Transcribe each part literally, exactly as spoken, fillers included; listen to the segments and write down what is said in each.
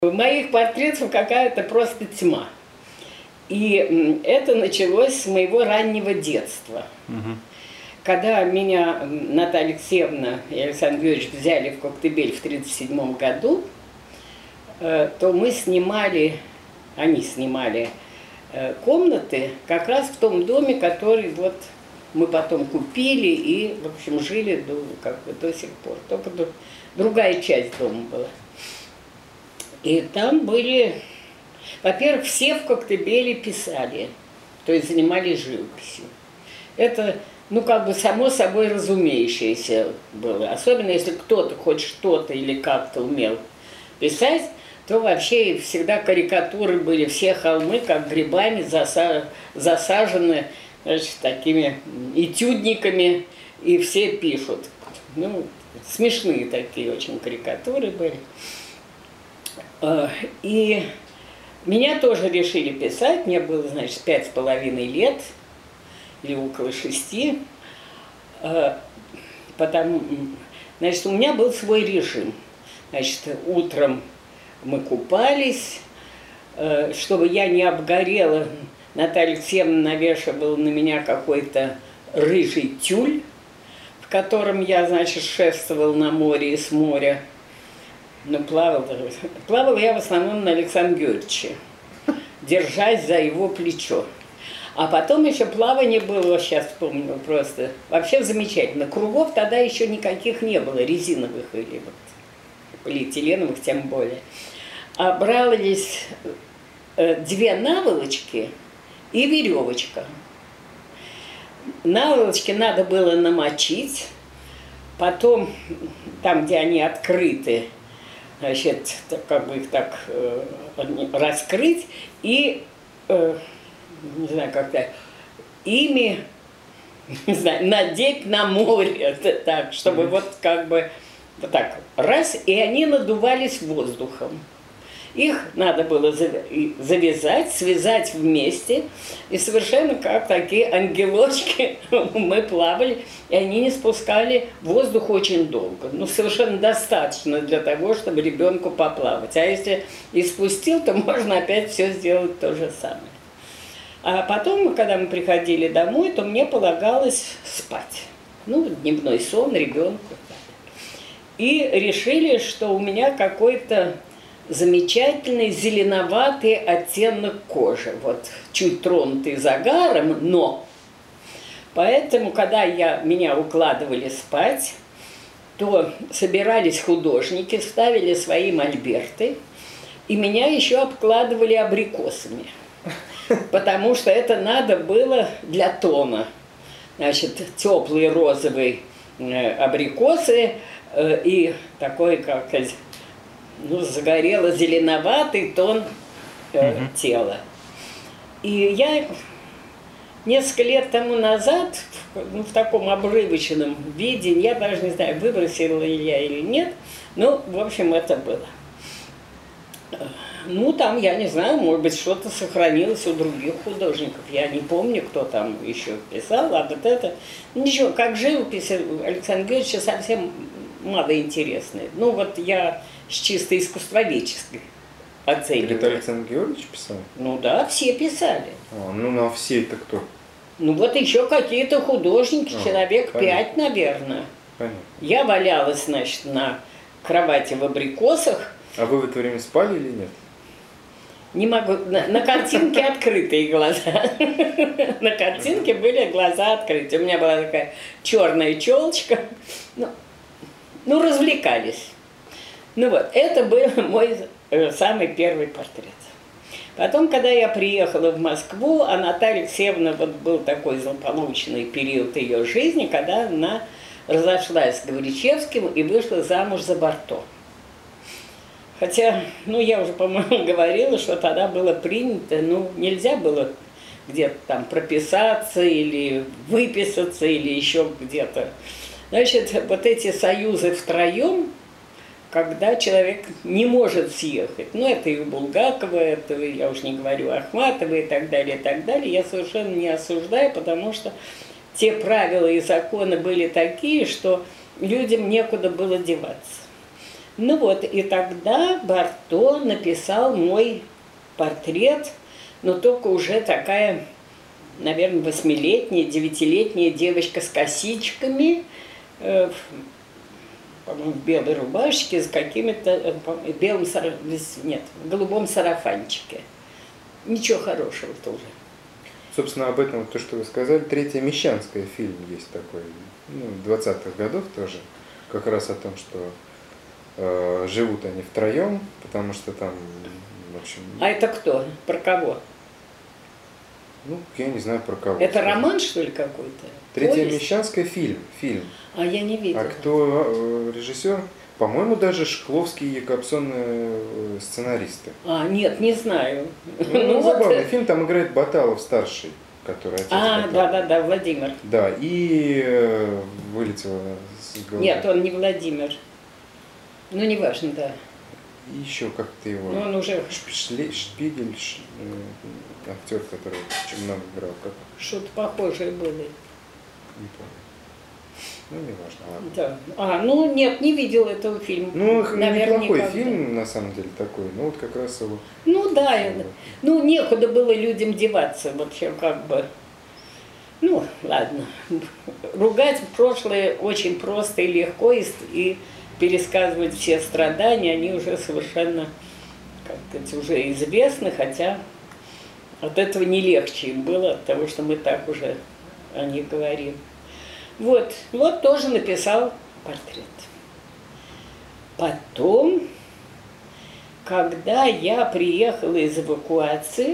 Моих портретов какая-то просто тьма. И это началось с моего раннего детства. Угу. Когда меня Наталья Алексеевна и Александр Георгиевич взяли в Коктебель в тридцать седьмом году, то мы снимали, они снимали комнаты как раз в том доме, который вот мы потом купили и, в общем, жили до, как бы, до сих пор. Только другая часть дома была. И там были, во-первых, все в Коктебеле писали, то есть занимались живописью. Это, ну, как бы само собой разумеющееся было. Особенно если кто-то хоть что-то или как-то умел писать, то вообще всегда карикатуры были, все холмы как грибами заса засажены, значит, такими этюдниками, и все пишут. Ну, смешные такие очень карикатуры были. И меня тоже решили писать, мне было, значит, пять с половиной лет, или около шести, потому, значит, у меня был свой режим. Значит, утром мы купались, чтобы я не обгорела, Наталья Алексеевна навешивала на меня какой-то рыжий тюль, в котором я, значит, шествовала на море и с моря. Ну, плавала, плавала я в основном на Александре Георгиевиче, держась за его плечо. А потом еще плавание было, сейчас вспомнила просто, вообще замечательно. Кругов тогда еще никаких не было, резиновых или вот полиэтиленовых тем более. А брались э, две наволочки и веревочка. Наволочки надо было намочить, потом там, где они открыты, значит, как бы их так э, раскрыть и, э, не знаю, как-то, ими, не знаю, надеть на море, так, чтобы mm-hmm. вот как бы вот так раз, и они надувались воздухом. Их надо было завязать, связать вместе, и совершенно как такие ангелочки мы плавали, и они не спускали воздух очень долго. Ну, совершенно достаточно для того, чтобы ребенку поплавать. А если и спустил, то можно опять все сделать то же самое. А потом, когда мы приходили домой, то мне полагалось спать. Ну, дневной сон ребенку. И решили, что у меня какой-то замечательный зеленоватый оттенок кожи, вот чуть тронутый загаром, но поэтому, когда я, меня укладывали спать, то собирались художники, ставили свои мольберты, и меня еще обкладывали абрикосами, потому что это надо было для тона. Значит, теплые розовые абрикосы и такой, как сказать, ну, загорело-зеленоватый тон э, угу. тела. И я несколько лет тому назад, ну, в таком обрывочном виде, я даже не знаю, выбросила ли я или нет, но, в общем, это было. Ну, там, я не знаю, может быть, что-то сохранилось у других художников. Я не помню, кто там еще писал, а вот это... Ничего, как живопись Александра Георгиевича совсем мало интересной. Ну, вот я... с чисто искусствоведческой оценивали. Это Александр Георгиевич писал? Ну да, все писали. А, ну, ну а все это кто? Ну вот еще какие-то художники, а, человек понятно. пять, наверное. Понятно. Я валялась, значит, на кровати в абрикосах. А вы в это время спали или нет? Не могу. На, на картинке открытые глаза. На картинке были глаза открыты. У меня была такая черная челочка. Ну, развлекались. Ну вот, это был мой э, самый первый портрет. Потом, когда я приехала в Москву, а Наталья Алексеевна, вот был такой злополучный период ее жизни, когда она разошлась с Гавричевским и вышла замуж за Барто. Хотя, ну, я уже, по-моему, говорила, что тогда было принято, ну, нельзя было где-то там прописаться или выписаться, или еще где-то. Значит, вот эти союзы втроем, когда человек не может съехать. Ну, это и у Булгакова, это, я уж не говорю, Ахматова и так далее, и так далее. Я совершенно не осуждаю, потому что те правила и законы были такие, что людям некуда было деваться. Ну вот, и тогда Барто написал мой портрет, но только уже такая, наверное, восьмилетняя, девятилетняя девочка с косичками, э, в белой рубашке с какими-то, э, белым, нет, в голубом сарафанчике. Ничего хорошего тоже. Собственно, об этом, то, что вы сказали, «Третья Мещанская» фильм есть такой, ну, двадцатых годов тоже, как раз о том, что э, живут они втроем, потому что там, в общем... А это кто? Про кого? Ну, я не знаю про кого. Это роман, что ли, какой-то? «Третья Повесть? Мещанская» фильм, фильм. А я не видела. А кто э, режиссер? По-моему, даже Шкловский и Якобсон э, сценаристы. А, нет, не знаю. Ну, Ну, забавный вот. фильм, там играет Баталов старший, который отец А, Баталова. да-да-да, Владимир. Да, и э, вылетело с головы. Нет, он не Владимир. Ну, неважно, да. И еще как-то его... Но он уже Шпишле- Шпигель, ш- э, актер, который очень много играл, как что-то похожее было. не помню. Ну, не важно, ладно. Да. А, ну нет, не видел этого фильма. Ну, Наверное, неплохой никогда. фильм, на самом деле, такой. Ну, вот как раз его... Ну да, это- ну некуда было людям деваться вообще как бы. Ну, ладно. Ругать прошлое очень просто и легко, и, и пересказывать все страдания, они уже совершенно, как сказать, уже известны, хотя от этого не легче им было, от того, что мы так уже о них говорим. Вот, вот тоже написал портрет. Потом, когда я приехала из эвакуации,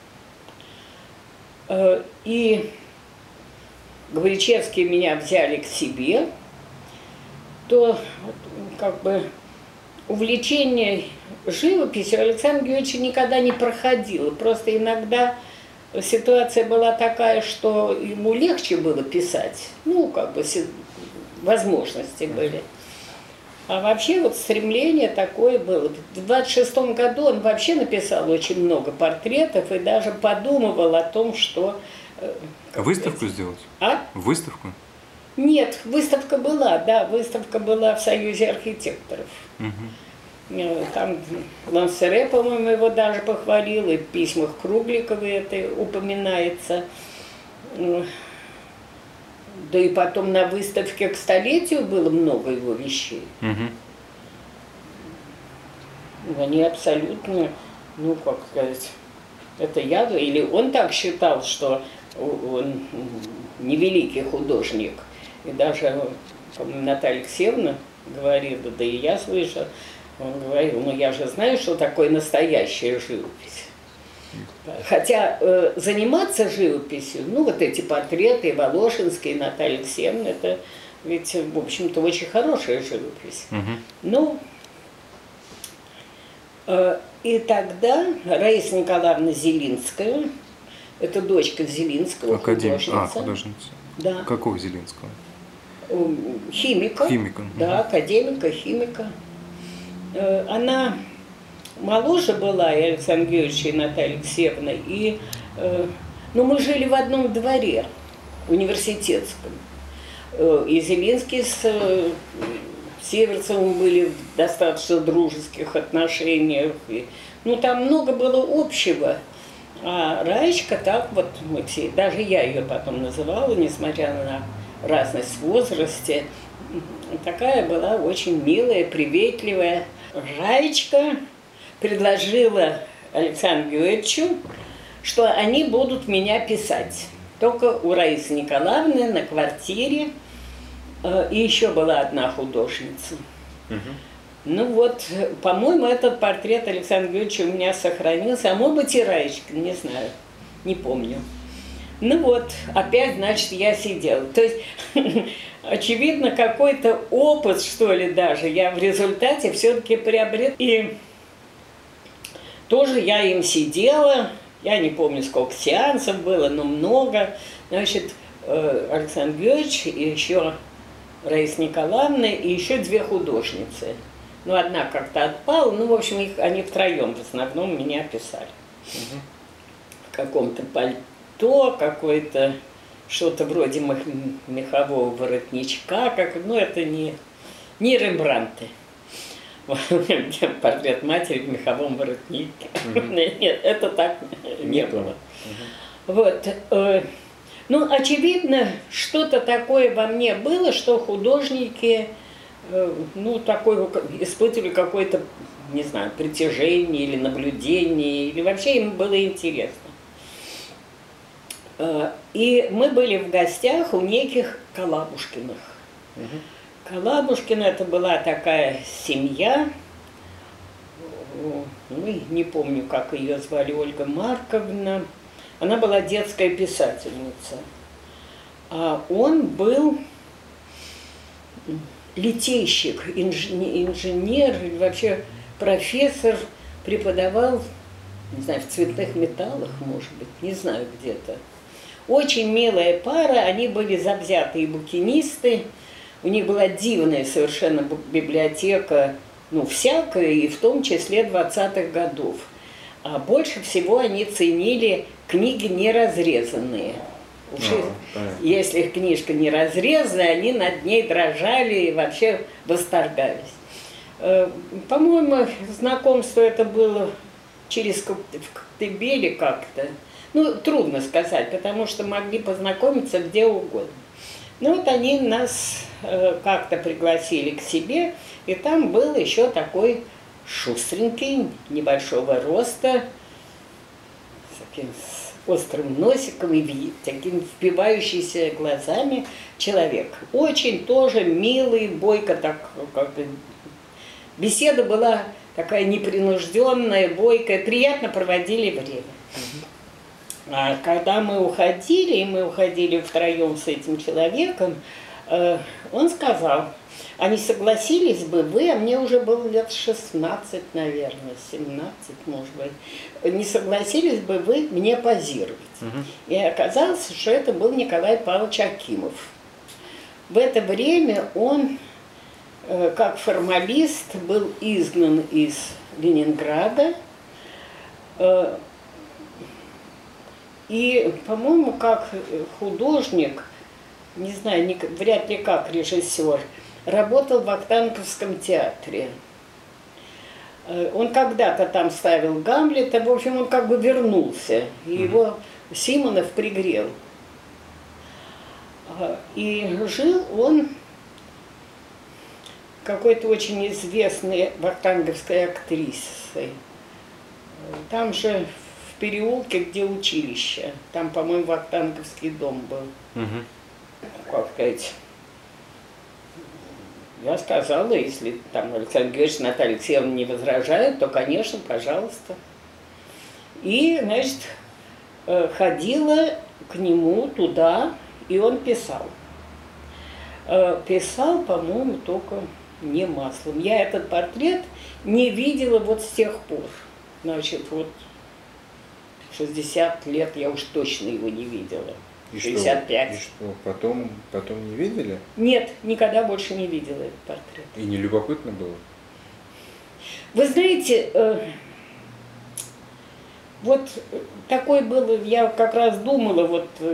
э, и Гваричевские меня взяли к себе, то как бы увлечение живописью Александра Георгиевича никогда не проходило. Просто иногда ситуация была такая, что ему легче было писать. Ну, как бы возможности были. А вообще вот стремление такое было. В двадцать шестом году он вообще написал очень много портретов и даже подумывал о том, что... Выставку сказать, сделать? А? Выставку? Нет, выставка была, да, выставка была в Союзе архитекторов. Угу. Там Лансере, по-моему, его даже похвалил, и в письмах Кругликовой это упоминается. Да и потом на выставке к столетию было много его вещей. Угу. Они абсолютно, ну, как сказать, это я, или он так считал, что он невеликий художник. И даже, по-моему, Наталья Алексеевна говорила, да и я слышала, он говорил, ну я же знаю, что такое настоящая живопись. Хотя э, заниматься живописью, ну вот эти портреты, Волошинские, Наталья Алексеевна, это ведь, в общем-то, очень хорошая живопись. Угу. Ну, э, и тогда Раиса Николаевна Зелинская, это дочка Зелинского, Академ... художница. А, художница. Да. Какого Зелинского? Химика. Химика. Да, академика, химика. Э, она моложе была, и Александр Георгиевич, и Наталья Алексеевна, и э, ну, мы жили в одном дворе университетском. Э, и Зелинский с э, Северцевым были в достаточно дружеских отношениях. И, ну, там много было общего. А Раечка так вот, мы все, даже я ее потом называла, несмотря на разность в возрасте, такая была очень милая, приветливая. Раечка предложила Александру Георгиевичу, что они будут меня писать. Только у Раисы Николаевны на квартире, э, и еще была одна художница. Угу. Ну вот, по-моему, этот портрет Александра Георгиевича у меня сохранился, а может быть и Раечка, не знаю, не помню. Ну вот, опять, значит, я сидела. То есть, очевидно, какой-то опыт, что ли, даже я в результате все-таки приобрела. И тоже я им сидела, я не помню, сколько сеансов было, но много. Значит, Александр Георгиевич, и еще Раиса Николаевна, и еще две художницы. Ну, одна как-то отпала, ну, в общем, их, они втроем в основном меня писали. Угу. В каком-то пальто, какой-то, что-то вроде мехового воротничка, как, ну, это не, не Рембрандты. портрет матери в меховом воротнике. Нет, это так не было. Вот. Ну, очевидно, что-то такое во мне было, что художники, ну, такое, испытывали какое-то, не знаю, притяжение или наблюдение, или вообще им было интересно. И мы были в гостях у неких Калабушкиных. Угу. Калабушкина это была такая семья, ну, не помню, как ее звали, Ольга Марковна. Она была детская писательница. А он был литейщик, инженер, или вообще профессор, преподавал, не знаю, в цветных металлах, может быть, не знаю, где-то. Очень милая пара, они были завзятые букинисты, у них была дивная совершенно библиотека, ну, всякая, и в том числе двадцатых годов. А больше всего они ценили книги неразрезанные. Уж а, если их книжка не разрезанная, они над ней дрожали и вообще восторгались. По-моему, знакомство это было через Коктебеле как-то. Ну, трудно сказать, потому что могли познакомиться где угодно. Ну, вот они нас э, как-то пригласили к себе, и там был еще такой шустренький, небольшого роста, с таким с острым носиком и таким впивающимся глазами человек. Очень тоже милый, бойко так, как бы. Беседа была такая непринужденная, бойкая, приятно проводили время. А когда мы уходили, и мы уходили втроем с этим человеком, э, он сказал, а не согласились бы вы, а мне уже было лет шестнадцать, наверное, семнадцать, может быть, не согласились бы вы мне позировать. Угу. И оказалось, что это был Николай Павлович Акимов. В это время он, э, как формалист, был изгнан из Ленинграда, э, и, по-моему, как художник, не знаю, не, вряд ли как режиссер, работал в Вахтанговском театре. Он когда-то там ставил Гамлета, в общем, он как бы вернулся, и его Симонов пригрел. И жил он какой-то очень известной вахтанговской актрисой. Там же в переулке, где училище. Там, по-моему, Вахтанговский дом был. Угу. Как сказать, я сказала, если там Александр Георгиевич, Наталья Алексеевна не возражает, то, конечно, пожалуйста. И, значит, ходила к нему туда, и он писал. Писал, по-моему, только не маслом. Я этот портрет не видела вот с тех пор. Значит, вот шестьдесят лет я уж точно его не видела. И шестьдесят пять. Что, и что, потом, потом не видели? Нет, никогда больше не видела этот портрет. И не любопытно было? Вы знаете, э, вот такой был, я как раз думала, вот э,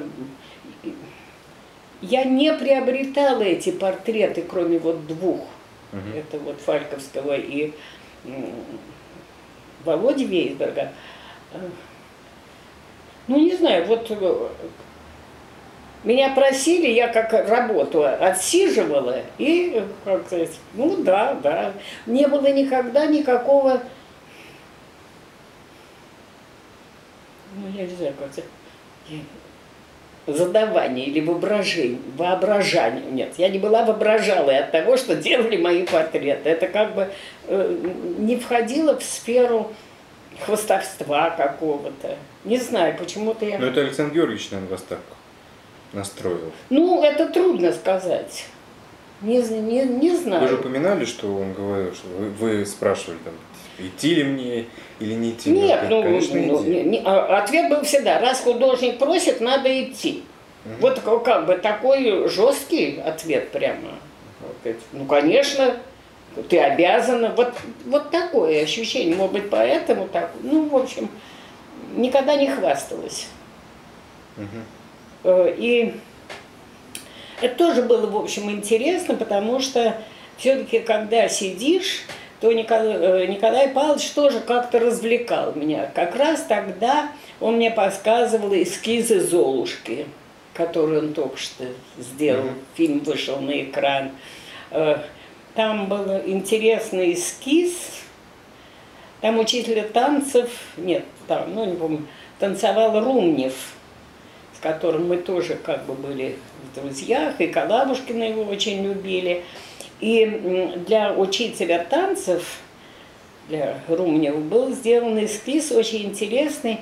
я не приобретала эти портреты, кроме вот двух. Угу. Это вот Фальковского и э, Володи Вейсберга. Ну, не знаю, вот меня просили, я как работу отсиживала, и, как сказать, ну да, да, не было никогда никакого, ну, я не знаю, как это, задавания или воображения, воображания, нет, я не была воображалой от того, что делали мои портреты, это как бы э, не входило в сферу хвастовства какого-то. Не знаю, почему-то я... Но это Александр Георгиевич, наверное, вас так настроил. Ну, это трудно сказать. Не, не, не знаю. Вы же упоминали, что он говорил, что вы, вы спрашивали, там, идти ли мне или не идти? Нет, я, ну, конечно, ну не, не, ответ был всегда, раз художник просит, надо идти. Угу. Вот как бы такой жесткий ответ прямо. Ну, конечно, ты обязана. Вот, вот такое ощущение. Может быть, поэтому так. Ну, в общем, никогда не хвасталась. Угу. И это тоже было, в общем, интересно, потому что все-таки, когда сидишь, то Николай, Николай Павлович тоже как-то развлекал меня. Как раз тогда он мне подсказывал эскизы Золушки, который он только что сделал. Mm-hmm. Фильм вышел на экран. Там был интересный эскиз. Там учителя танцев, нет, там, ну не помню, танцевал Румнев, с которым мы тоже как бы были в друзьях, и Калабушкина его очень любили. И для учителя танцев, для Румнева, был сделан эскиз очень интересный.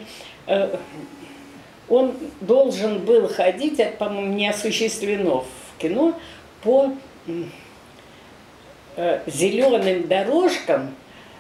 Он должен был ходить, это, по-моему, не осуществлено в кино, по зеленым дорожкам,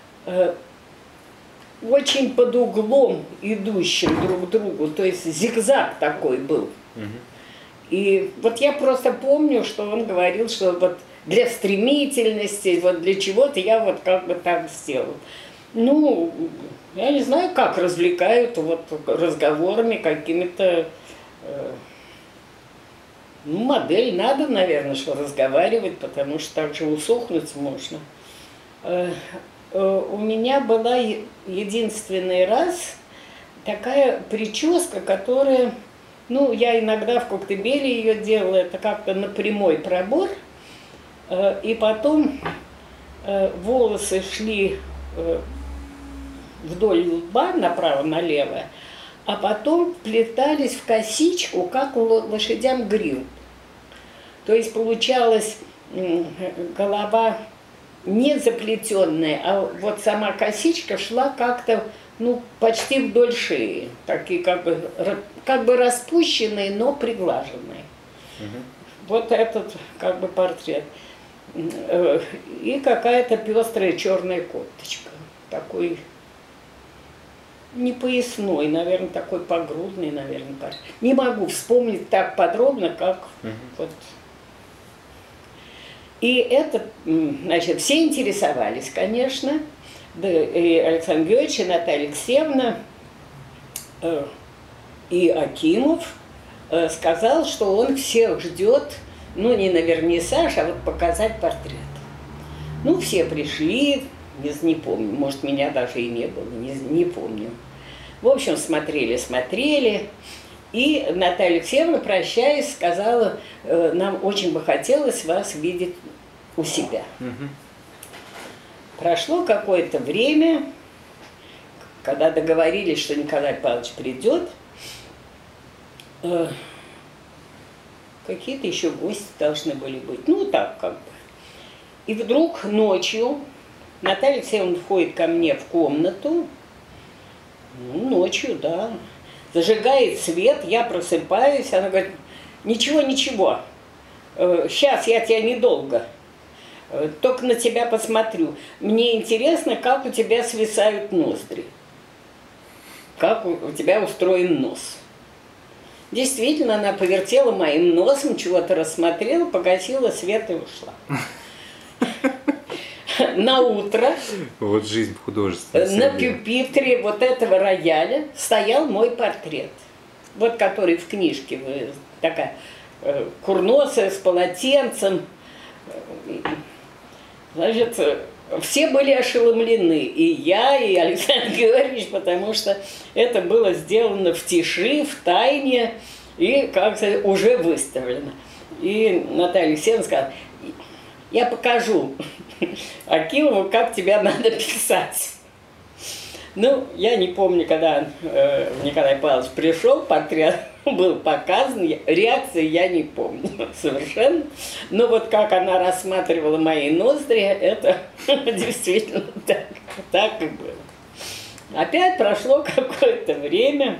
очень под углом идущим друг к другу, то есть зигзаг такой был. Угу. И вот я просто помню, что он говорил, что вот для стремительности, вот для чего-то я вот как бы так сделал. Ну, я не знаю, как развлекают вот разговорами какими-то. Э, ну, модель надо, наверное, что разговаривать, потому что так же усохнуть можно. Э, э, у меня была единственный раз такая прическа, которая, ну, я иногда в Коктебеле ее делала, это как-то на прямой пробор, э, и потом э, волосы шли э, вдоль лба, направо-налево, а потом вплетались в косичку, как у лошадям грим. То есть получалась голова не заплетенная, а вот сама косичка шла как-то, ну, почти вдоль шеи. Такие как бы, как бы распущенные, но приглаженные. Угу. Вот этот как бы портрет. И какая-то пестрая черная кофточка. Такой не поясной, наверное, такой погрудный, наверное. Не могу вспомнить так подробно, как угу. вот. И это, значит, все интересовались, конечно, да, и Александр Георгиевич, и Наталья Алексеевна, э, и Акимов э, сказал, что он всех ждет, ну, не на вернисаж, а вот показать портрет. Ну, все пришли, не, не помню, может, меня даже и не было, не, не помню. В общем, смотрели, смотрели. И Наталья Алексеевна, прощаясь, сказала, э, нам очень бы хотелось вас видеть у себя. Угу. Прошло какое-то время, когда договорились, что Николай Павлович придет, э, какие-то еще гости должны были быть. Ну, так как бы. И вдруг ночью Наталья Алексеевна входит ко мне в комнату, ну, ночью, да, зажигает свет, я просыпаюсь, она говорит, ничего, ничего, сейчас я тебя недолго, только на тебя посмотрю. Мне интересно, как у тебя свисают ноздри, как у тебя устроен нос. Действительно, она повертела моим носом, чего-то рассмотрела, погасила свет и ушла. На утро вот жизнь художественная. На пюпитре вот этого рояля стоял мой портрет. Вот который в книжке, такая курносая, с полотенцем. Значит, все были ошеломлены. И я, и Александр Георгиевич, потому что это было сделано в тиши, в тайне и как-то уже выставлено. И Наталья Алексеевна сказала, я покажу Акимову, как тебя надо писать. Ну, я не помню, когда э, Николай Павлович пришел, портрет был показан, реакции я не помню совершенно. Но вот как она рассматривала мои ноздри, это действительно так, так и было. Опять прошло какое-то время.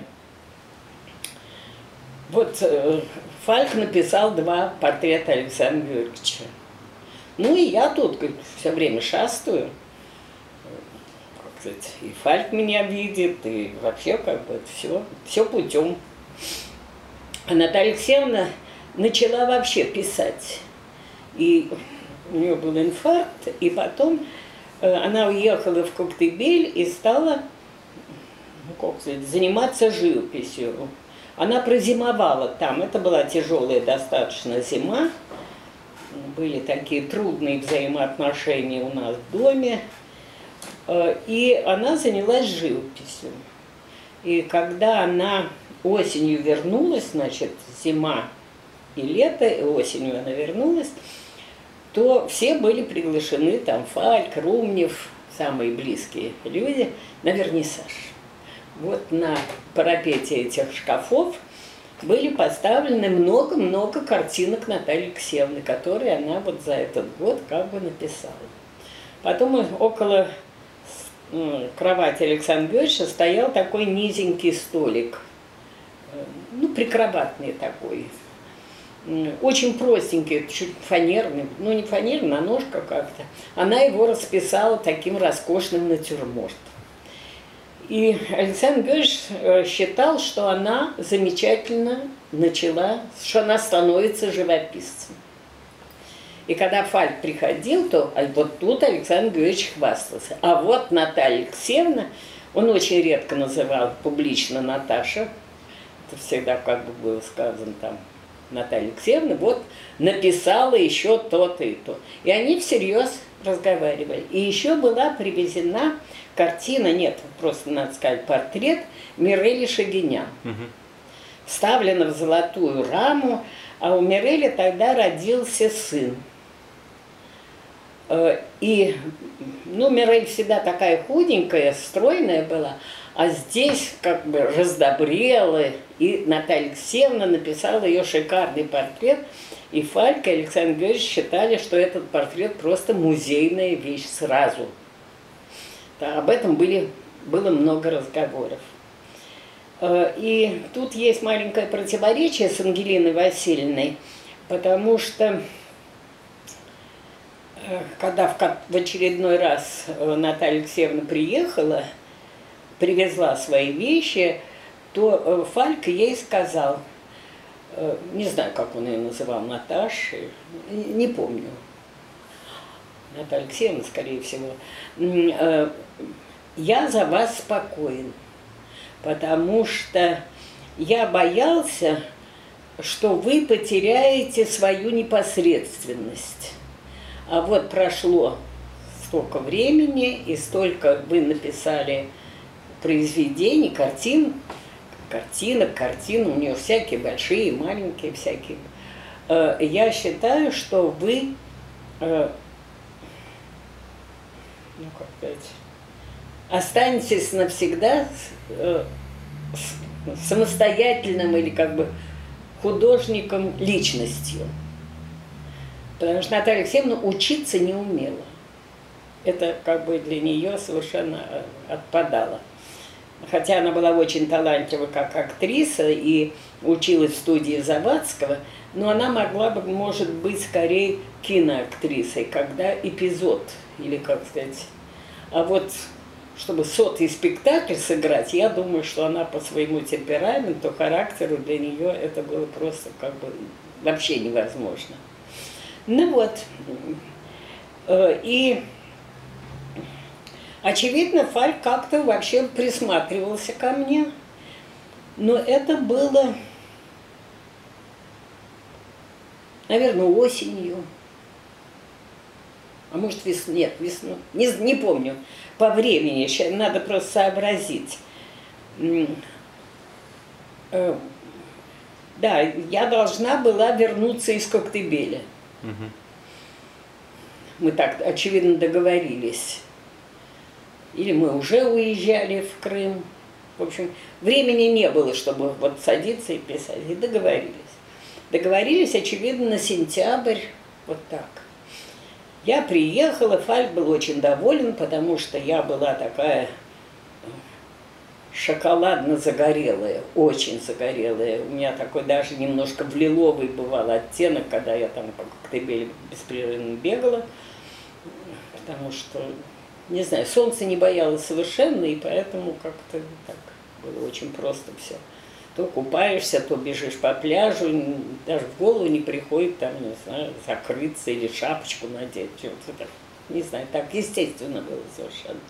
Вот э, Фальк написал два портрета Александра Георгиевича. Ну и я тут все время шастаю. Как сказать, и Фальк меня видит, и вообще как бы все, все путем. А Наталья Алексеевна начала вообще писать. И у нее был инфаркт, и потом она уехала в Коктебель и стала, ну, как сказать, заниматься живописью. Она прозимовала там, это была тяжелая достаточно зима. Были такие трудные взаимоотношения у нас в доме. И она занялась живописью. И когда она осенью вернулась, значит, зима и лето, и осенью она вернулась, то все были приглашены, там, Фальк, Румнев, самые близкие люди, на вернисаж. Вот на парапете этих шкафов были поставлены много-много картинок Натальи Алексеевны, которые она вот за этот год как бы написала. Потом около кровати Александра Георгиевича стоял такой низенький столик, ну, прикроватный такой, очень простенький, чуть фанерный, ну, не фанерный, а ножка как-то. Она его расписала таким роскошным натюрмортом. И Александр Георгиевич считал, что она замечательно начала, что она становится живописцем. И когда Фальк приходил, то вот тут Александр Георгиевич хвастался. А вот Наталья Алексеевна, он очень редко называл публично Наташа, это всегда как бы было сказано там, Наталья Алексеевна, вот написала еще то-то и то. И они всерьез разговаривали. И еще была привезена картина, нет, просто надо сказать, портрет Мирели Шагинян. Угу. Вставлена в золотую раму, а у Мирели тогда родился сын. И, ну, Мирель всегда такая худенькая, стройная была, а здесь как бы раздобрела, и Наталья Алексеевна написала ее шикарный портрет, и Фальк и Александр Георгиевич считали, что этот портрет просто музейная вещь сразу. Да, об этом были, было много разговоров. И тут есть маленькое противоречие с Ангелиной Васильевной, потому что когда в очередной раз Наталья Алексеевна приехала, привезла свои вещи, то Фальк ей сказал, не знаю, как он ее называл, Наташей, не помню, Наталья Алексеевна, скорее всего, я за вас спокоен, потому что я боялся, что вы потеряете свою непосредственность. А вот прошло столько времени, и столько вы написали произведений, картин, картинок, картин, у нее всякие большие, маленькие всякие. Я считаю, что вы, ну как сказать, останетесь навсегда самостоятельным или как бы художником, личностью. Потому что Наталья Алексеевна учиться не умела. Это как бы для нее совершенно отпадало. Хотя она была очень талантлива как актриса и училась в студии Завадского, но она могла бы, может быть, скорее киноактрисой, когда эпизод, или как сказать. А вот чтобы сотый спектакль сыграть, я думаю, что она по своему темпераменту, характеру, для нее это было просто как бы вообще невозможно. Ну вот, и очевидно, Фальк как-то вообще присматривался ко мне, но это было, наверное, осенью, а может весной, нет, весной, не, не помню, по времени, сейчас надо просто сообразить. Да, я должна была вернуться из Коктебеля. Угу. Мы так, очевидно, договорились. Или мы уже уезжали в Крым. В общем, времени не было, чтобы вот садиться и писать. И договорились. Договорились, очевидно, на сентябрь. Вот так. Я приехала, Фальк был очень доволен, потому что я была такая шоколадно-загорелая, очень загорелая. У меня такой даже немножко в лиловый бывал оттенок, когда я там по Коктебелю беспрерывно бегала. Потому что, не знаю, солнце не боялось совершенно, и поэтому как-то так было очень просто все. То купаешься, то бежишь по пляжу, даже в голову не приходит там, не знаю, закрыться или шапочку надеть, что-то так, не знаю, так естественно было совершенно.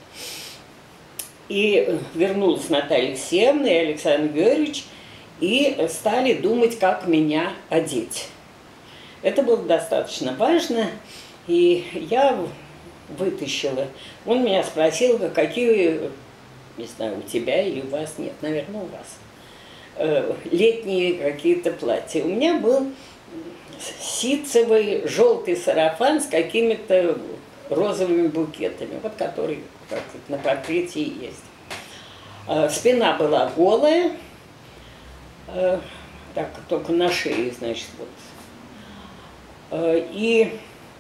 И вернулась Наталья Алексеевна и Александр Георгиевич, и стали думать, как меня одеть. Это было достаточно важно, и я вытащила. Он меня спросил, какие, не знаю, у тебя или у вас, нет, наверное, у вас, летние какие-то платья. У меня был ситцевый желтый сарафан с какими-то розовыми букетами, вот который как на портрете и есть. Спина была голая, так, только на шее, значит, вот. И,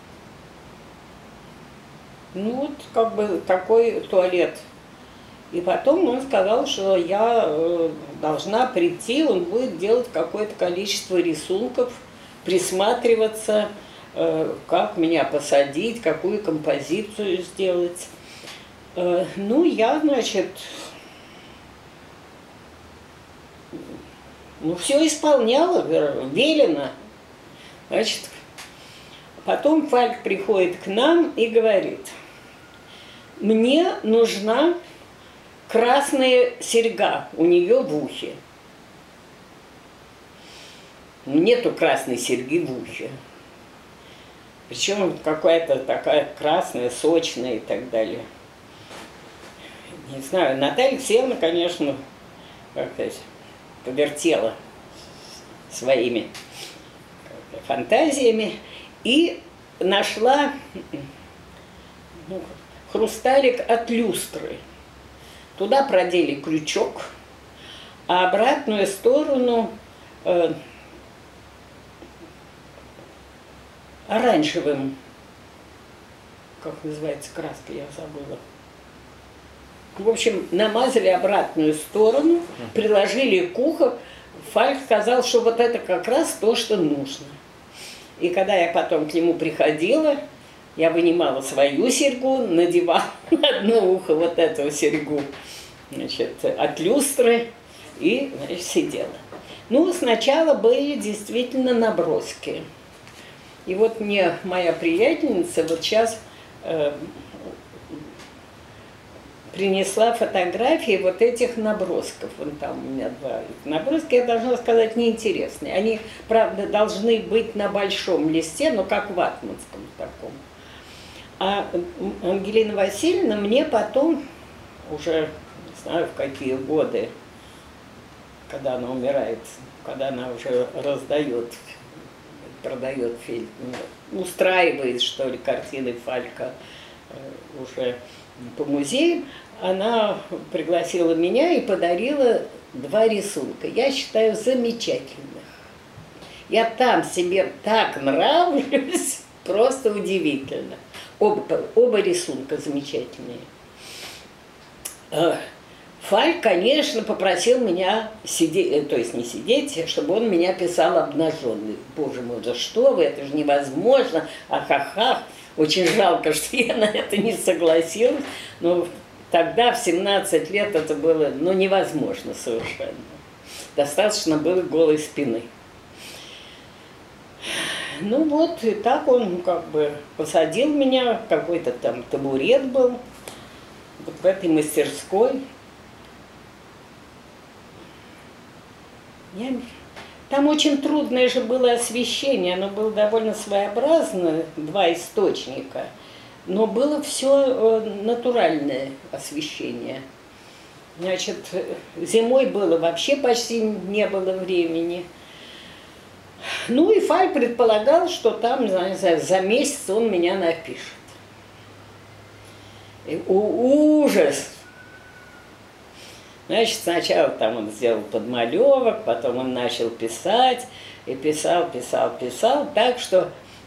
ну, вот, как бы, такой туалет. И потом он сказал, что я должна прийти, он будет делать какое-то количество рисунков, присматриваться, как меня посадить, какую композицию сделать. Ну, я, значит, ну, все исполняла, велено. Значит, потом Фальк приходит к нам и говорит, мне нужна красная серьга у нее в ухе. Нету красной серьги в ухе. Причем какая-то такая красная, сочная и так далее. Не знаю, Наталья Алексеевна, конечно, как сказать, повертела своими фантазиями и нашла, ну, хрусталик от люстры. Туда продели крючок, а обратную сторону э, оранжевым, как называется краска, я забыла. В общем, намазали обратную сторону, приложили к уху. Фальк сказал, что вот это как раз то, что нужно. И когда я потом к нему приходила, я вынимала свою серьгу, надевала на одно ухо вот эту серьгу, значит, от люстры и, значит, сидела. Ну, сначала были действительно наброски. И вот мне моя приятельница вот сейчас э, принесла фотографии вот этих набросков. Вон там у меня два наброски, я должна сказать, неинтересные. Они, правда, должны быть на большом листе, но как ватманском таком. А Ангелина Васильевна мне потом, уже не знаю в какие годы, когда она умирает, когда она уже раздает, продает фильм, устраивает, что ли, картины Фалька уже по музеям, она пригласила меня и подарила два рисунка. Я считаю, замечательных. Я там себе так нравлюсь, просто удивительно. Оба, оба рисунка замечательные. Фальк, конечно, попросил меня сидеть, то есть не сидеть, чтобы он меня писал обнаженный. Боже мой, за что вы, это же невозможно, ахаха. Очень жалко, что я на это не согласилась, но тогда, в семнадцать лет, это было, ну, невозможно совершенно. Достаточно было голой спины. Ну вот, и так он как бы посадил меня, какой-то там табурет был, вот в этой мастерской. Я... Там очень трудное же было освещение, оно было довольно своеобразное, два источника, но было все натуральное освещение. Значит, зимой было вообще почти не было времени. Ну и Фальк предполагал, что там, не знаю, за месяц он меня напишет. И, у, ужас! Значит, сначала там он сделал подмалевок, потом он начал писать, и писал, писал, писал, так что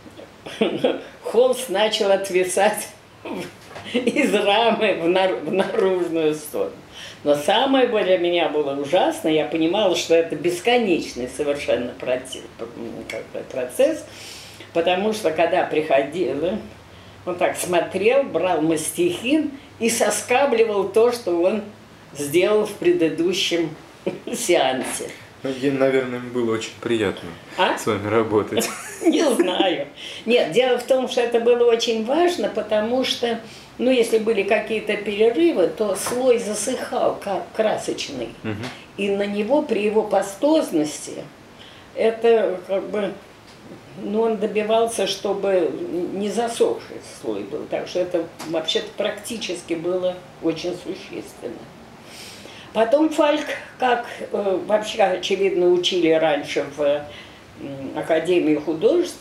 холст начал отвисать из рамы в наружную сторону. Но самое для меня было ужасно, я понимала, что это бесконечный совершенно процесс, потому что когда приходила, он так смотрел, брал мастихин и соскабливал то, что он сделал в предыдущем сеансе. Ну, наверное, им было очень приятно а? с вами работать. Не знаю. Нет, дело в том, что это было очень важно, потому что, ну, если были какие-то перерывы, то слой засыхал, красочный. Угу. И на него при его пастозности это как бы но он добивался, чтобы не засохший слой был. Так что это вообще-то практически было очень существенно. Потом Фальк, как э, вообще, очевидно, учили раньше в э, Академии художеств,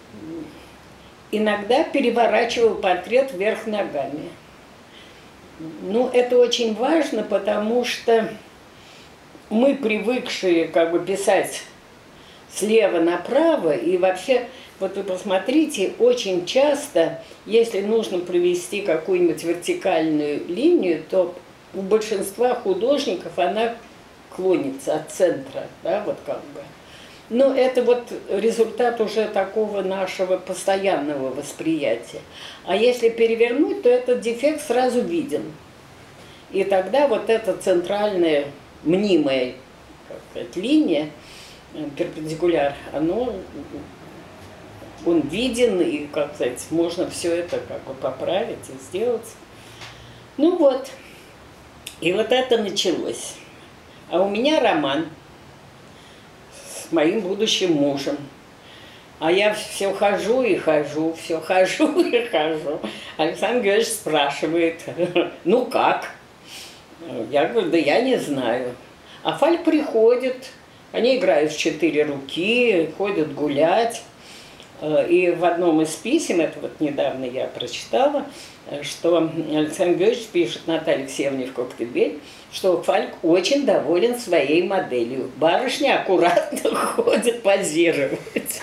иногда переворачивал портрет вверх ногами. Ну, это очень важно, потому что мы, привыкшие как бы писать слева направо, и вообще, вот вы посмотрите, очень часто, если нужно провести какую-нибудь вертикальную линию, то у большинства художников она клонится от центра, да, вот как бы. Но это вот результат уже такого нашего постоянного восприятия. А если перевернуть, то этот дефект сразу виден. И тогда вот эта центральная, мнимая, как сказать, линия, перпендикуляр, оно, он виден, и, как сказать, можно все это как бы поправить и сделать. Ну вот. И вот это началось. А у меня роман с моим будущим мужем. А я все хожу и хожу, все хожу и хожу. Александр Георгиевич спрашивает, ну как? Я говорю, да я не знаю. А Фальк приходит, они играют в четыре руки, ходят гулять. И в одном из писем, это вот недавно я прочитала, что Александр Георгиевич пишет Наталье Алексеевне в Коктебель, что Фальк очень доволен своей моделью. Барышня аккуратно ходит позировать.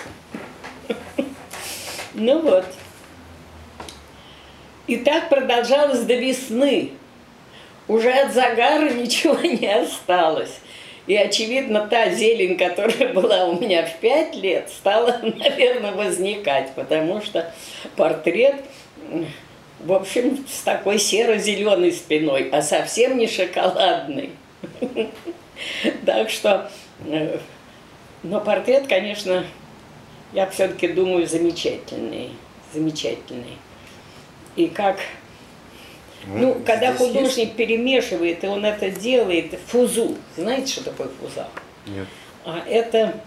Ну вот. И так продолжалось до весны. Уже от загара ничего не осталось. И, очевидно, та зелень, которая была у меня в пять лет, стала, наверное, возникать, потому что портрет, в общем, с такой серо-зеленой спиной, а совсем не шоколадный. Так что, но портрет, конечно, я все-таки думаю, замечательный, замечательный. И как... Ну, когда художник есть... перемешивает, и он это делает, фузу. Знаете, что такое фуза? Нет. А это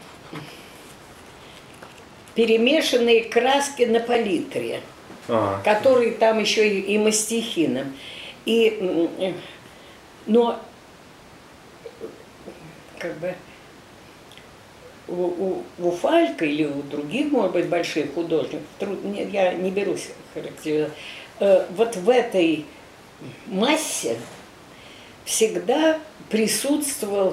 перемешанные краски на палитре, а, которые там еще и, и мастихином. И, но как бы у, у, у Фалька или у других, может быть, больших художников, труд, я не берусь характеризовать, вот в этой массе всегда присутствовал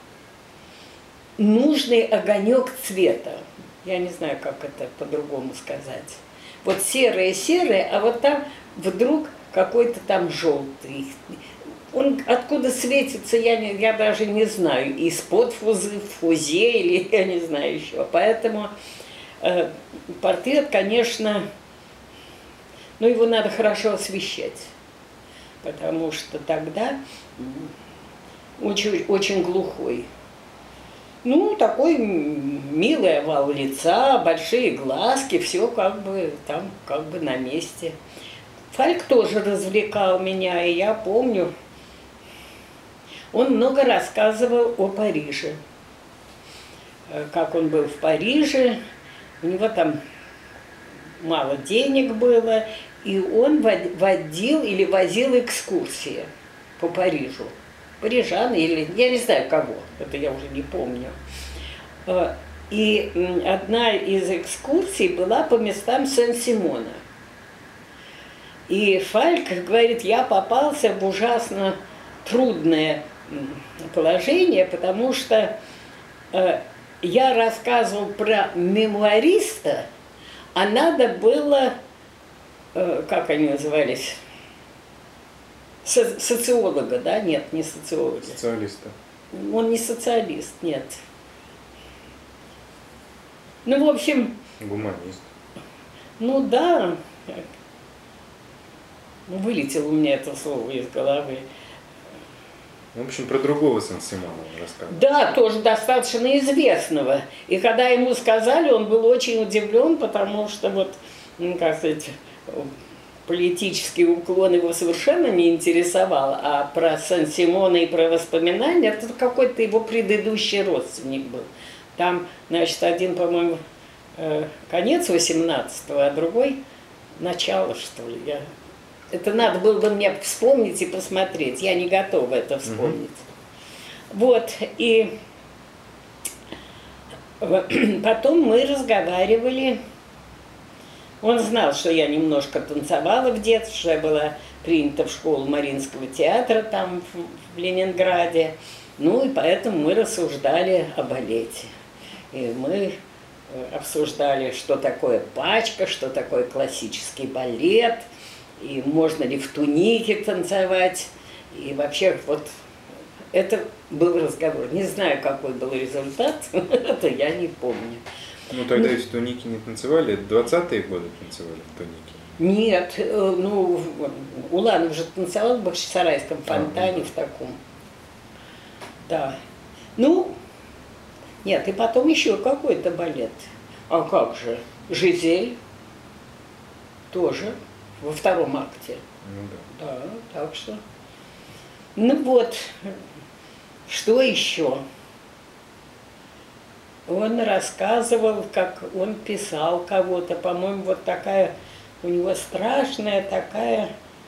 нужный огонек цвета. Я не знаю, как это по-другому сказать. Вот серое-серое, а вот там вдруг какой-то там желтый. Он откуда светится, я, не, я даже не знаю. Из-под фузы, в фузе или я не знаю еще. Поэтому э, портрет, конечно, ну его надо хорошо освещать. Потому что тогда очень, очень глухой. Ну, такой милый овал лица, большие глазки, все как бы там как бы на месте. Фальк тоже развлекал меня, и я помню, он много рассказывал о Париже. Как он был в Париже, у него там мало денег было, и он водил или возил экскурсии по Парижу. Парижан или, я не знаю кого, это я уже не помню. И одна из экскурсий была по местам Сен-Симона. И Фальк говорит, я попался в ужасно трудное положение, потому что я рассказывал про мемуариста, а надо было, как они назывались, Со социолога, да? Нет, не социолога. Социалиста. Он не социалист, нет. Ну, в общем... Гуманист. Ну, да. Вылетело у меня это слово из головы. В общем, про другого Сен-Симона рассказывал. Да, тоже достаточно известного. И когда ему сказали, он был очень удивлен, потому что вот, ну, как сказать, политический уклон его совершенно не интересовал, а про Сен-Симона и про воспоминания, это какой-то его предыдущий родственник был. Там, значит, один, по-моему, э, конец восемнадцатого, а другой начало, что ли. Я... Это надо было бы мне вспомнить и посмотреть. Я не готова это вспомнить. Угу. Вот, и потом мы разговаривали. Он знал, что я немножко танцевала в детстве, что я была принята в школу Мариинского театра там в Ленинграде. Ну и поэтому мы рассуждали о балете. И мы обсуждали, что такое пачка, что такое классический балет, и можно ли в тунике танцевать. И вообще вот это был разговор. Не знаю, какой был результат, это я не помню. Ну тогда ну, и в тунике не танцевали, двадцатые годы танцевали в тунике. Нет, ну Уланов же танцевал в Бахчисарайском фонтане, а, в таком. Да. Ну, нет, и потом еще какой-то балет. А как же? Жизель тоже во втором акте. Ну да. Да, так что. Ну вот, что еще? Он рассказывал, как он писал кого-то, по-моему, вот такая у него страшная такая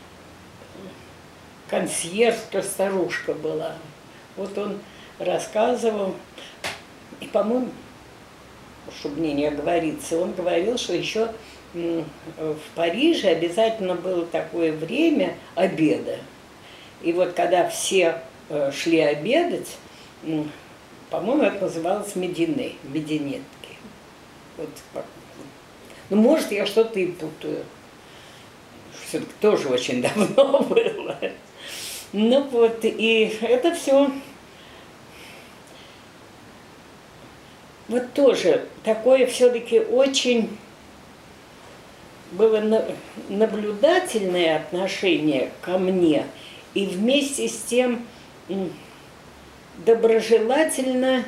консьержка старушка была. Вот он рассказывал, и, по-моему, чтобы мне не оговориться, он говорил, что еще в Париже обязательно было такое время обеда. И вот когда все шли обедать, по-моему, это называлось медине, мединетки. Вот. Ну, может, я что-то и путаю. Все-таки тоже очень давно было. Ну вот, и это все. Вот тоже такое все-таки очень было наблюдательное отношение ко мне. И вместе с тем доброжелательно,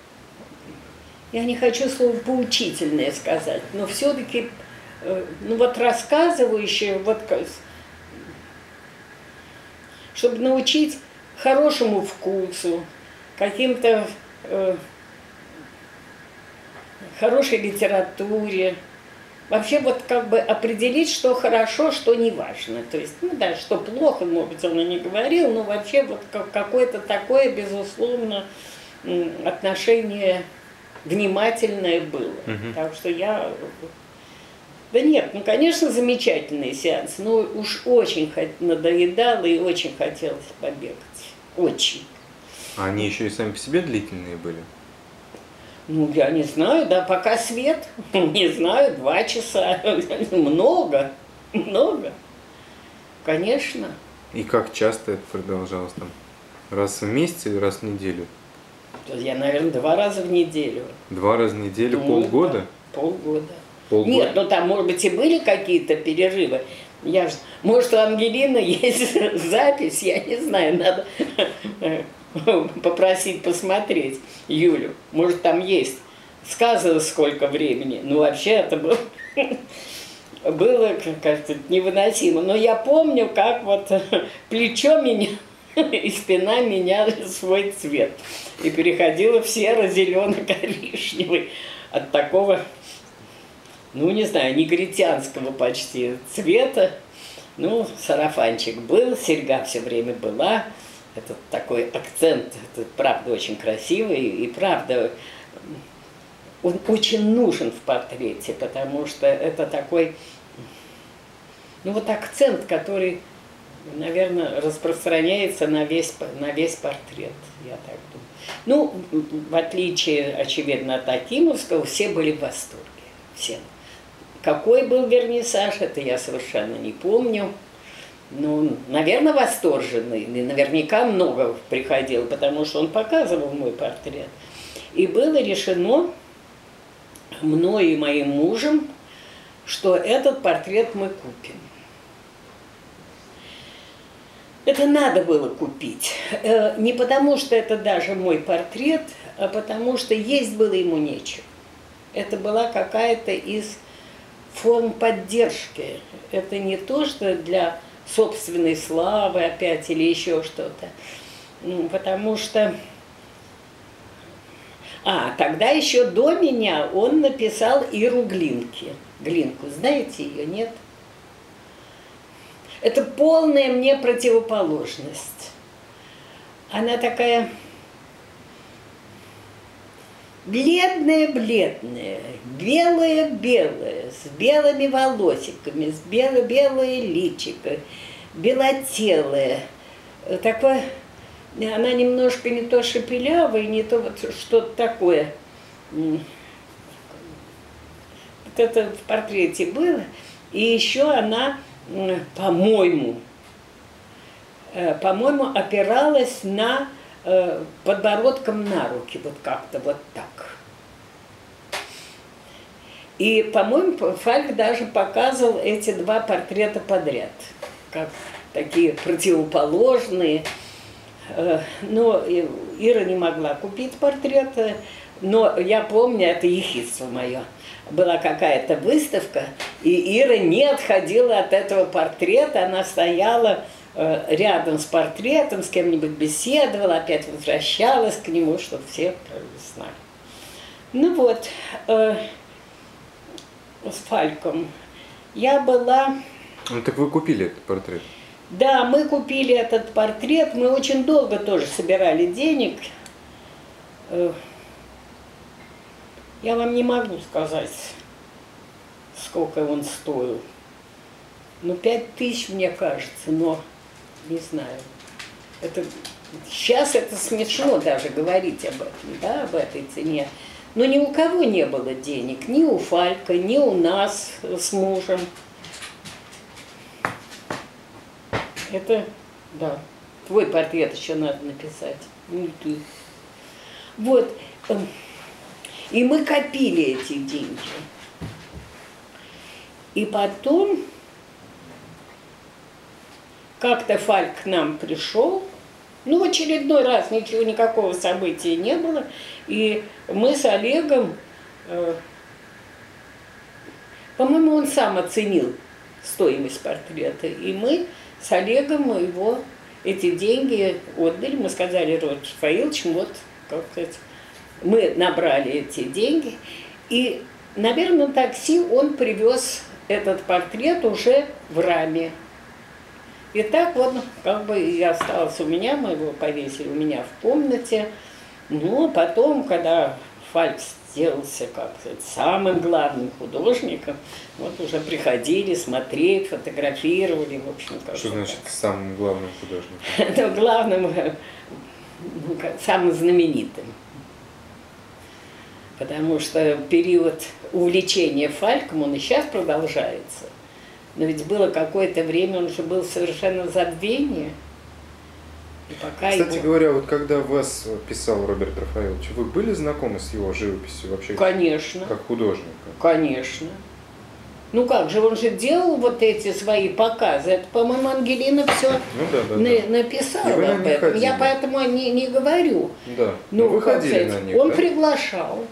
я не хочу слово поучительное сказать, но все-таки, ну вот рассказывающее, вот, чтобы научить хорошему вкусу, каким-то э, хорошей литературе, вообще вот как бы определить, что хорошо, что не важно. То есть, ну да, что плохо, может быть, он и не говорил, но вообще вот какое-то такое, безусловно, отношение внимательное было. Угу. Так что я... Да нет, ну, конечно, замечательный сеанс, но уж очень надоедало и очень хотелось побегать. Очень. А они еще и сами по себе длительные были? Ну, я не знаю, да, пока свет, не знаю, два часа, много, много, конечно. И как часто это продолжалось там? Раз в месяц или раз в неделю? Я, наверное, два раза в неделю. Два раза в неделю, ну, полгода? Да, полгода. Полгода? Нет, ну там, может быть, и были какие-то перерывы. Я ж, может, у Ангелины есть запись, я не знаю, надо попросить посмотреть Юлю. Может, там есть. Сказано, сколько времени. Ну, вообще, это было, было как-то невыносимо. Но я помню, как вот плечо меня и спина меняли свой цвет. И переходила в серо-зелено-коричневый. От такого, ну, не знаю, негритянского почти цвета. Ну, сарафанчик был, серьга все время была. Это такой акцент, это правда очень красивый, и правда он очень нужен в портрете, потому что это такой, ну вот акцент, который, наверное, распространяется на весь, на весь портрет, я так думаю. Ну, в отличие, очевидно, от Акимовского, все были в восторге, все. Какой был вернисаж, это я совершенно не помню. Ну, наверное, восторженный, и наверняка много приходил, потому что он показывал мой портрет. И было решено мной и моим мужем, что этот портрет мы купим. Это надо было купить. Не потому, что это даже мой портрет, а потому, что есть было ему нечего. Это была какая-то из форм поддержки. Это не то, что для собственной славы опять или еще что-то. Потому что... А, тогда еще до меня он написал Иру Глинки. Глинку, знаете ее, нет? Это полная мне противоположность. Она такая бледная-бледная, белая-белая, с белыми волосиками, с бело-белое личико, белотелая. Такое, она немножко не то шепелявая, не то вот что-то такое. Вот это в портрете было. И еще она, по-моему, по-моему, опиралась на подбородком на руки, вот как-то вот так. И, по-моему, Фальк даже показывал эти два портрета подряд, как такие противоположные. Но Ира не могла купить портреты, но я помню, это ехидство мое. Была какая-то выставка, и Ира не отходила от этого портрета, она стояла рядом с портретом, с кем-нибудь беседовала, опять возвращалась к нему, чтобы все знали. Ну вот, э, с Фальком я была... Ну так вы купили этот портрет? Да, мы купили этот портрет, мы очень долго тоже собирали денег. Э, я вам не могу сказать, сколько он стоил. Ну, пять тысяч, мне кажется, но... Не знаю. Это, сейчас это смешно даже говорить об этом, да, об этой цене. Но ни у кого не было денег, ни у Фалька, ни у нас с мужем. Это, да, твой портрет еще надо написать, не ты. Вот. И мы копили эти деньги. И потом... Как-то Фальк к нам пришел, ну, в очередной раз ничего, никакого события не было, и мы с Олегом, э, по-моему, он сам оценил стоимость портрета, и мы с Олегом его, эти деньги отдали, мы сказали Роберту Рафаиловичу, вот, как сказать, мы набрали эти деньги, и, наверное, на такси он привез этот портрет уже в раме. И так вот, как бы и остался у меня, мы его повесили у меня в комнате. Но потом, когда Фальк сделался, как сказать, самым главным художником, вот уже приходили смотреть, фотографировали, в общем. Как Что значит так. Самым главным художником? Это главным, ну, самым знаменитым. Потому что период увлечения Фальком, он и сейчас продолжается. Но ведь было какое-то время, он же был совершенно в забвении. И пока Кстати его... говоря, вот когда вас писал Роберт Рафаилович, вы были знакомы с его живописью вообще? Конечно. Как художника? Конечно. Ну как же, он же делал вот эти свои показы. Это, по-моему, Ангелина все ну, да, да, на, да. написала об этом. Я поэтому не, не говорю. Да, ну, вы ходили сказать, на них, он да? приглашал.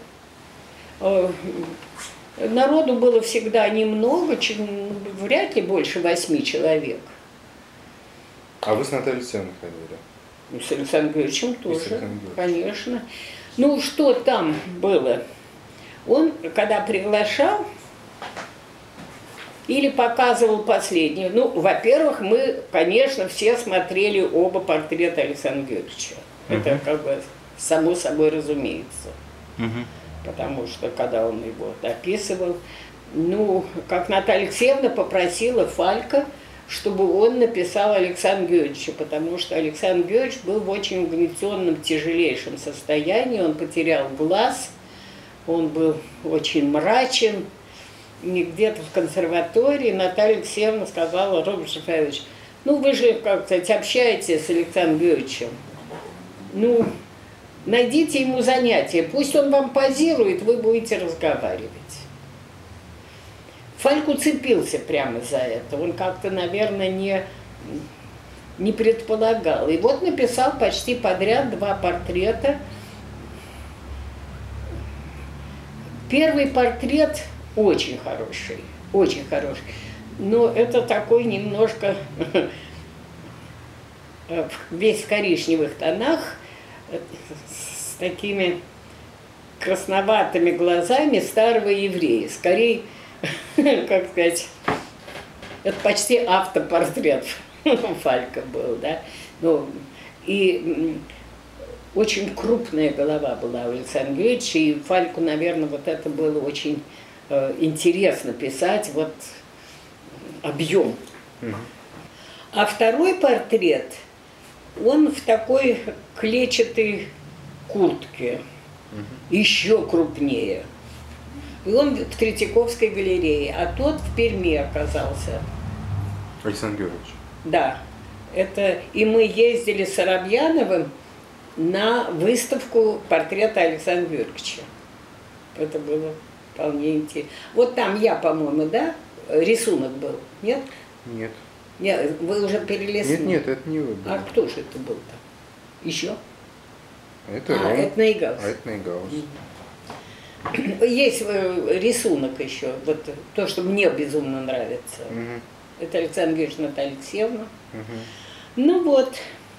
Народу было всегда немного, вряд ли больше восьми человек. А вы с Натальей Алексеевной ходили? Ну, с Александром Георгиевичем тоже, Александром конечно. Ну, что там было? Он, когда приглашал или показывал последнюю, ну, во-первых, мы, конечно, все смотрели оба портрета Александра Георгиевича. Uh-huh. Это как бы само собой разумеется. Uh-huh. Потому что, когда он его описывал, ну, как Наталья Алексеевна попросила Фалька, чтобы он написал Александру Георгиевичу, потому что Александр Георгиевич был в очень угнетенном, тяжелейшем состоянии, он потерял глаз, он был очень мрачен. И где-то в консерватории Наталья Алексеевна сказала: Роберт Рафаилович, ну вы же, как сказать, общаетесь с Александром Георгиевичем, ну, найдите ему занятие, пусть он вам позирует, вы будете разговаривать. Фальк уцепился прямо за это, он как-то, наверное, не, не предполагал. И вот написал почти подряд два портрета. Первый портрет очень хороший, очень хороший, но это такой немножко весь в коричневых тонах, с такими красноватыми глазами старого еврея. Скорее, как сказать, это почти автопортрет Фалька был, да. Ну, и очень крупная голова была у Александра Георгиевича, и Фальку, наверное, вот это было очень э, интересно писать, вот объем. Mm-hmm. А второй портрет, он в такой клетчатой куртке, mm-hmm. еще крупнее. И он в Третьяковской галерее, а тот в Перми оказался. Александр Георгиевич. Да. Это, и мы ездили с Арабьяновым на выставку портрета Александра Георгиевича. Это было вполне интересно. Вот там я, по-моему, да, рисунок был, нет? Нет. Нет, вы уже перелезли? Нет, нет, это не вы были. А кто же это был-то? Еще? Это а, Ром. это Нейгаус. А это Нейгаус. Есть рисунок еще, вот то, что мне безумно нравится. Угу. Это Александра Георгиевича Наталья Алексеевна. Угу. Ну вот.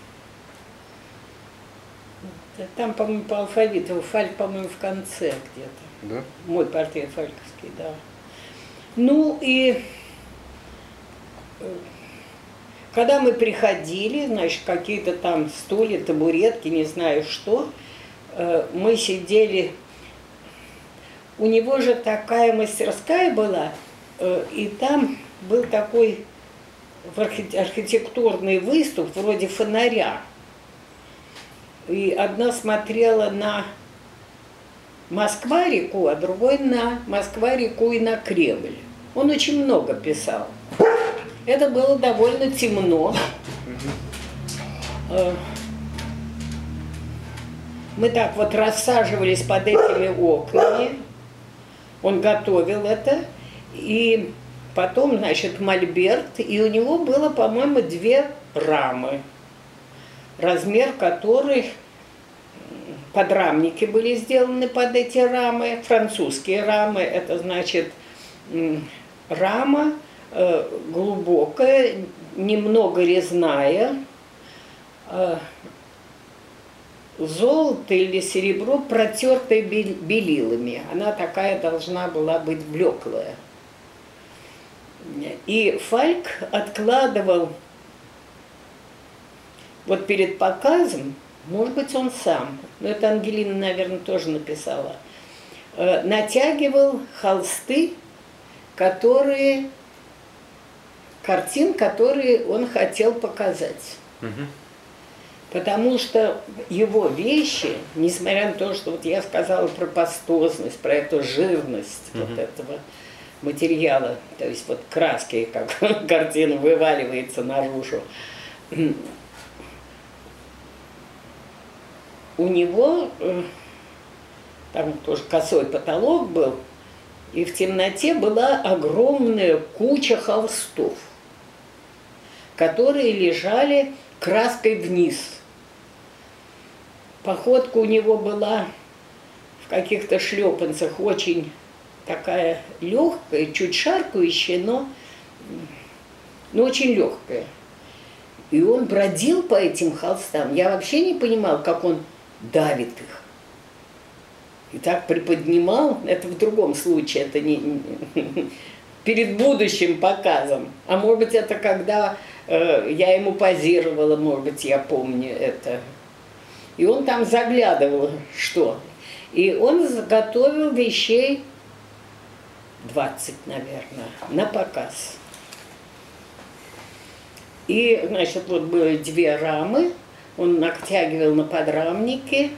Там, по-моему, по алфавиту. Фальк, по-моему, в конце где-то. Да? Мой портрет фальковский, да. Ну и когда мы приходили, значит, какие-то там стулья, табуретки, не знаю что, мы сидели. У него же такая мастерская была, и там был такой архитектурный выступ вроде фонаря. И одна смотрела на Москва-реку, а другой на Москва-реку и на Кремль. Он очень много писал. Это было довольно темно. Мы так вот рассаживались под этими окнами. Он готовил это. И потом, значит, мольберт. И у него было, по-моему, две рамы. Размер которых, подрамники были сделаны под эти рамы, французские рамы, это значит рама э, глубокая, немного резная, э, золото или серебро, протертое белилами. Она такая должна была быть блеклая. И Фальк откладывал вот перед показом, может быть, он сам, но это Ангелина, наверное, тоже написала, э, натягивал холсты, которые, картин, которые он хотел показать. Угу. Потому что его вещи, несмотря на то, что вот я сказала про пастозность, про эту жирность угу. вот этого материала, то есть вот краски, как картина вываливается наружу, у него там тоже косой потолок был, и в темноте была огромная куча холстов, которые лежали краской вниз. Походка у него была в каких-то шлепанцах очень такая легкая, чуть шаркающая, но, но очень легкая. И он бродил по этим холстам. Я вообще не понимал, как он давит их. И так приподнимал, это в другом случае, это не, не перед будущим показом. А может быть, это когда э, я ему позировала, может быть, я помню это. И он там заглядывал, что. И он заготовил вещей двадцать, наверное, на показ. И, значит, вот были две рамы. Он натягивал на подрамники,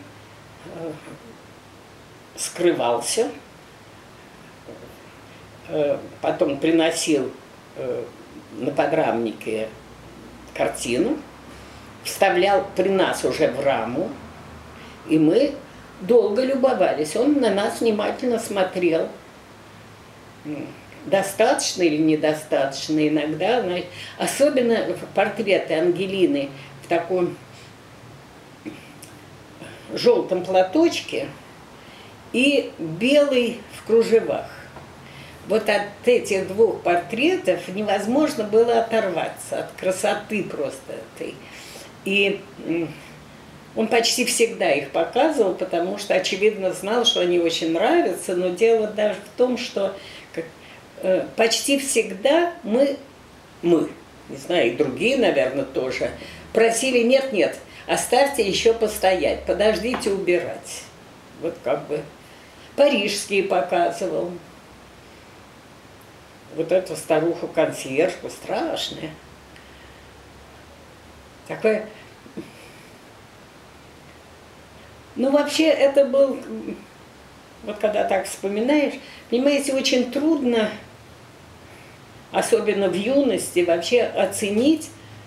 скрывался, потом приносил на подрамнике картину, вставлял при нас уже в раму, и мы долго любовались. Он на нас внимательно смотрел, достаточно или недостаточно иногда. Особенно портреты Ангелины в таком желтом платочке и белый в кружевах. Вот от этих двух портретов невозможно было оторваться, от красоты просто этой. И Он почти всегда их показывал, потому что, очевидно, знал, что они очень нравятся, но дело даже в том, что э, почти всегда мы, мы, не знаю, и другие, наверное, тоже, просили: нет-нет, оставьте еще постоять, подождите убирать. Вот как бы парижские показывал. Вот эту старуху-консьержку, страшная. Такое... Ну, вообще, это был, вот когда так вспоминаешь, понимаете, очень трудно, особенно в юности, вообще оценить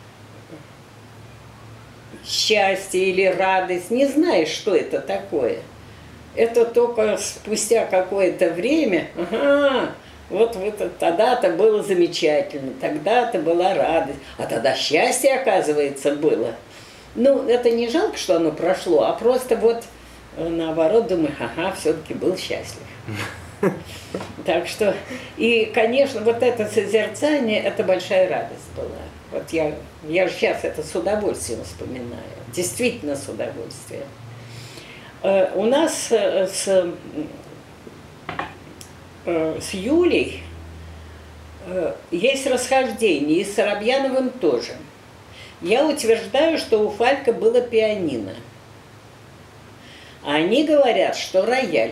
счастье или радость. Не знаешь, что это такое. Это только спустя какое-то время, ага, вот, вот тогда-то было замечательно, тогда-то была радость, а тогда счастье, оказывается, было. Ну, это не жалко, что оно прошло, а просто вот наоборот думаю, ага, все-таки был счастлив. Так что, и, конечно, вот это созерцание, это большая радость была. Вот я, я же сейчас это с удовольствием вспоминаю, действительно с удовольствием. У нас с, с Юлей есть расхождение, и с Соробьяновым тоже. Я утверждаю, что у Фалька было пианино. А они говорят, что рояль.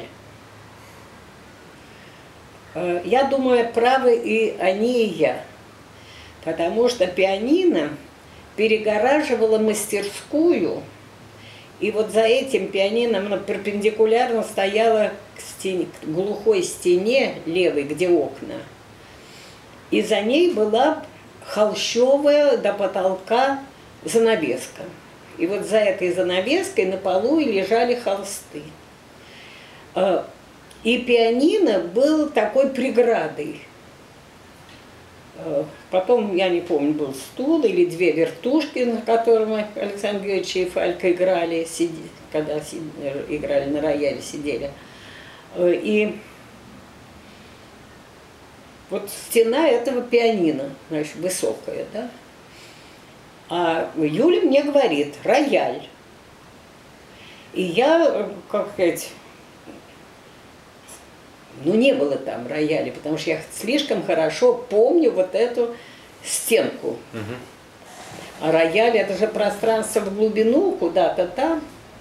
Я думаю, правы и они, и я. Потому что пианино перегораживало мастерскую, и вот за этим пианино перпендикулярно стояло к, стене, к глухой стене левой, где окна. И за ней была холщовая до потолка занавеска. И вот за этой занавеской на полу и лежали холсты. И пианино был такой преградой. Потом, я не помню, был стул или две вертушки, на котором Александр Георгиевич и Фалька играли, сиди, когда сиди, играли на рояле, сидели. И вот стена этого пианино, значит, высокая, да? А Юля мне говорит: рояль. И я, как сказать, ну не было там рояля, потому что я слишком хорошо помню вот эту стенку. Угу. А рояль — это же пространство в глубину, куда-то там.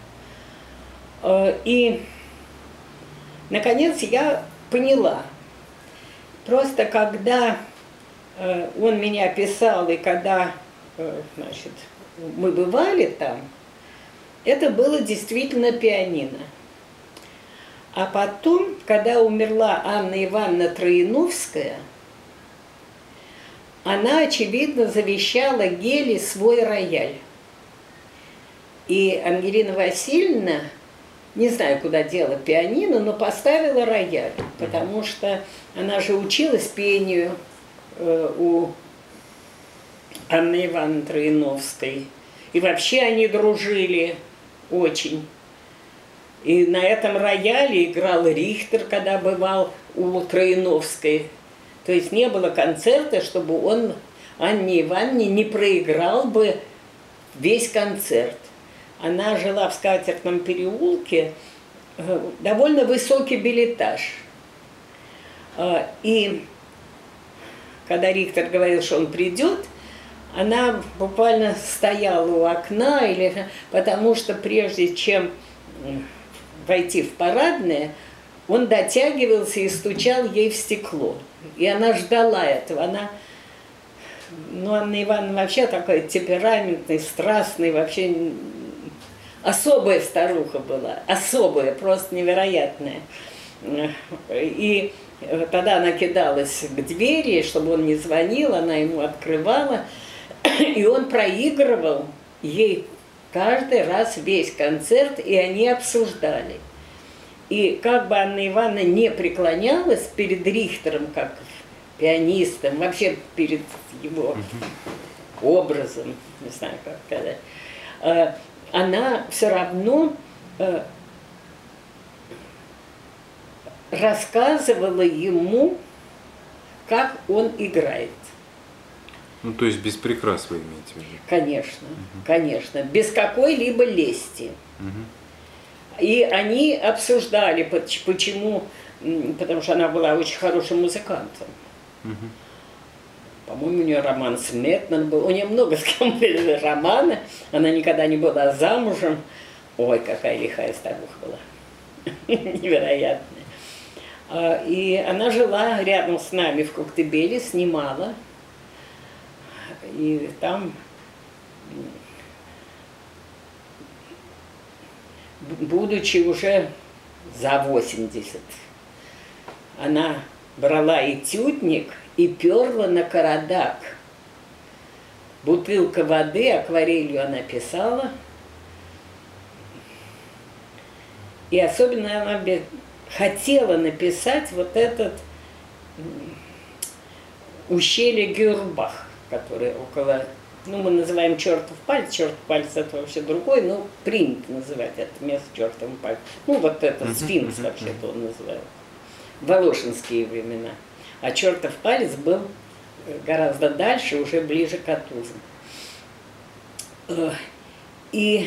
И, наконец, я поняла. Просто когда он меня писал, и когда, значит, мы бывали там, это было действительно пианино. А потом, когда умерла Анна Ивановна Троиновская, она, очевидно, завещала Геле свой рояль. И Ангелина Васильевна, не знаю, куда дела пианино, но поставила рояль, потому что она же училась пению э, у Анны Ивановны Троиновской. И вообще они дружили очень. И на этом рояле играл Рихтер, когда бывал у Троиновской. То есть не было концерта, чтобы он Анне Ивановне не проиграл бы весь концерт. Она жила в Скатертном переулке, довольно высокий билетаж. И когда Рихтер говорил, что он придет, она буквально стояла у окна, или, потому что прежде чем войти в парадное, он дотягивался и стучал ей в стекло. И она ждала этого. Она, ну, Анна Ивановна вообще такой темпераментный, страстный, вообще особая старуха была, особая, просто невероятная. И тогда она кидалась к двери, чтобы он не звонил, она ему открывала, и он проигрывал ей каждый раз весь концерт, и они обсуждали. И как бы Анна Ивановна не преклонялась перед Рихтером, как пианистом, вообще перед его образом, не знаю, как сказать, она все равно рассказывала ему, как он играет. Ну, то есть без прикрас вы имеете в виду? Конечно, Мгм. конечно, без какой-либо лести. Мгм. И они обсуждали, поч- почему, м, потому что она была очень хорошим музыкантом. Мгм. По-моему, у нее роман с Метман был. У нее много с кем были романы. Она никогда не была замужем. Ой, какая лихая старуха была. Невероятная. А, И она жила рядом с нами в Коктебеле, снимала. И там, б- будучи уже за восемьдесят, она брала этюдник и перла на Карадак. Бутылка воды, акварелью она писала. И особенно она бе- хотела написать вот этот м, ущелье Гюрбах, который около, ну, мы называем чертов палец, чертов палец это вообще другой, но принято называть это место чертовым пальцем. Ну, вот это Мгм, сфинкс мгм, вообще-то он называл. В волошинские времена. А чертов палец был гораздо дальше, уже ближе к Атузам. Э, И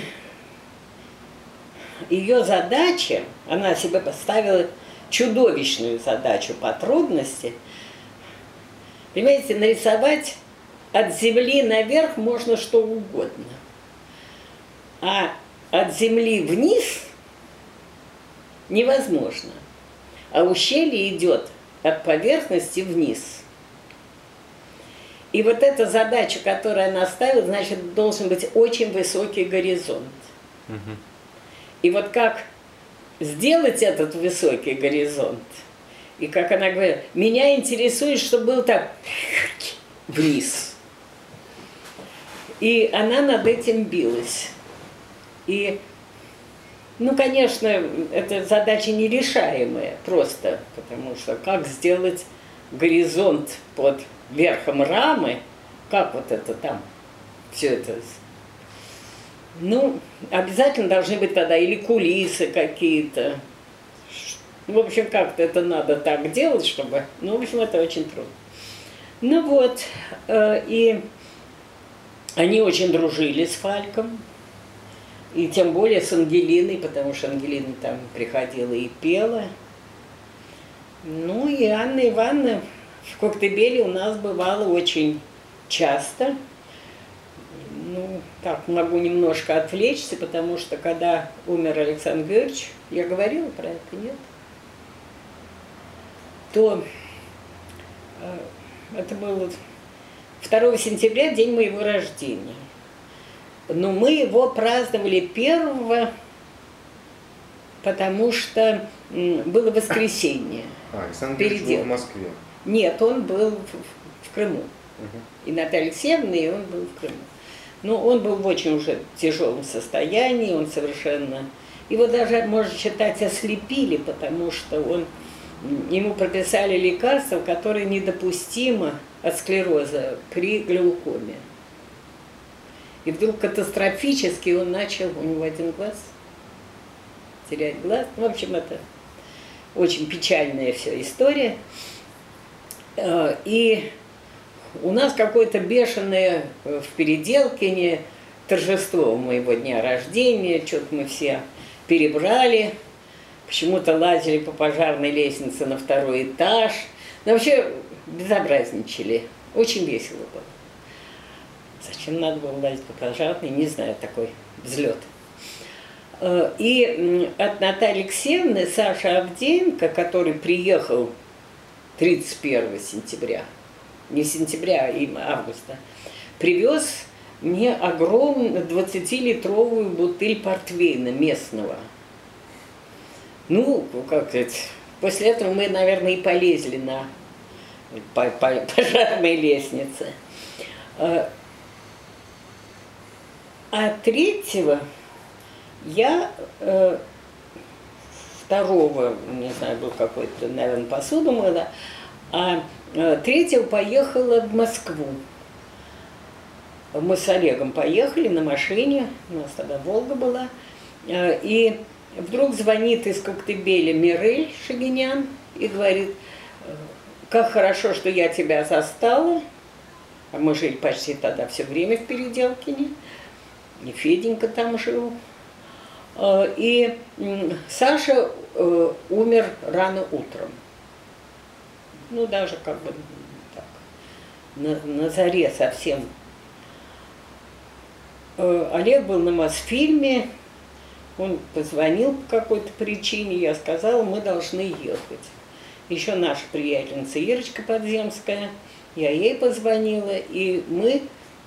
ее задача, она себе поставила чудовищную задачу по трудности. Понимаете, нарисовать от земли наверх можно что угодно. А от земли вниз невозможно. А ущелье идет от поверхности вниз. И вот эта задача, которую она ставила, значит, должен быть очень высокий горизонт. Мгм. И вот как сделать этот высокий горизонт, и как она говорит, меня интересует, чтобы был так вниз. И она над этим билась. И, ну, конечно, эта задача нерешаемая просто, потому что как сделать горизонт под верхом рамы, как вот это там, все это. Ну, обязательно должны быть тогда или кулисы какие-то. В общем, как-то это надо так делать, чтобы... Ну, в общем, это очень трудно. Ну вот, э, и они очень дружили с Фальком. И тем более с Ангелиной, потому что Ангелина там приходила и пела. Ну и Анна Ивановна в Коктебеле у нас бывала очень часто. Ну, так, могу немножко отвлечься, потому что когда умер Александр Георгиевич, я говорила про это, нет? То э, это было второго сентября, день моего рождения. Но мы его праздновали первого, потому что м, было воскресенье. А, Александр Георгиевич был Передел. в Москве. Нет, он был в, в Крыму. Мгм. И Наталья Алексеевна, и он был в Крыму. Но он был в очень уже тяжелом состоянии, он совершенно... Его даже, можно считать, ослепили, потому что он, ему прописали лекарства, которые недопустимо от склероза при глаукоме. И вдруг катастрофически он начал, у него один глаз, терять глаз. В общем, это очень печальная вся история. И у нас какое-то бешеное в Переделкине торжество моего дня рождения, что-то мы все перебрали, почему-то лазили по пожарной лестнице на второй этаж. Но вообще безобразничали, очень весело было. Зачем надо было лазить по пожарной, не знаю, такой взлет. И от Натальи Алексеевны Саша Авдеенко, который приехал тридцать первого сентября, не сентября, а августа, привез мне огромную двадцатилитровую бутыль портвейна местного. Ну, как это, после этого мы, наверное, и полезли на по, по, пожарной лестнице. А третьего я э, второго, не знаю, был какой-то, наверное, посуду мыла, а э, третьего поехала в Москву. Мы с Олегом поехали на машине, у нас тогда Волга была, э, и вдруг звонит из Коктебеля Мирель Шагинян и говорит, как хорошо, что я тебя застала. А мы жили почти тогда все время в Переделкине. И Феденька там жил. И Саша умер рано утром. Ну, даже как бы так, на, на заре совсем. Олег был на Мосфильме, он позвонил по какой-то причине, я сказала, мы должны ехать. Еще наша приятельница Ирочка Подземская, я ей позвонила, и мы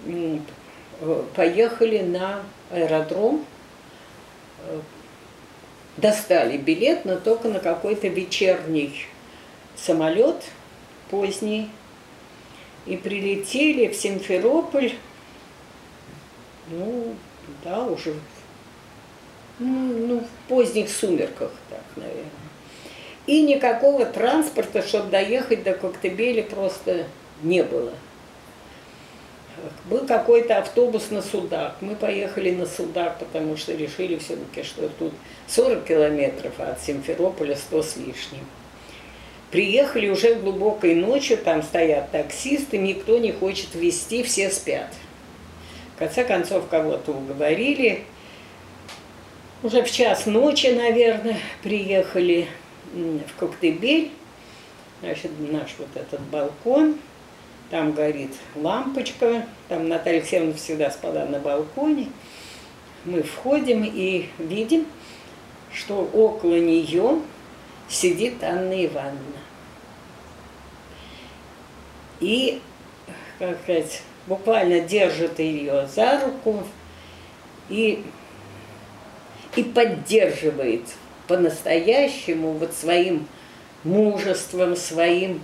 поехали на аэродром, достали билет, но только на какой-то вечерний самолет, поздний, и прилетели в Симферополь, ну, да, уже, ну, ну, в поздних сумерках, так, наверное. И никакого транспорта, чтобы доехать до Коктебеля, просто не было. Был какой-то автобус на Судак. Мы поехали на Судак, потому что решили все-таки, что тут сорок километров, а от Симферополя сто с лишним. Приехали уже глубокой ночью, там стоят таксисты, никто не хочет везти, все спят. В конце концов, кого-то уговорили. Уже в час ночи, наверное, приехали в Коктебель. Значит, наш вот этот балкон. Там горит лампочка. Там Наталья Алексеевна всегда спала на балконе. Мы входим и видим, что около нее сидит Анна Ивановна. И, как сказать, буквально держит ее за руку и, и поддерживает по-настоящему вот своим мужеством, своим,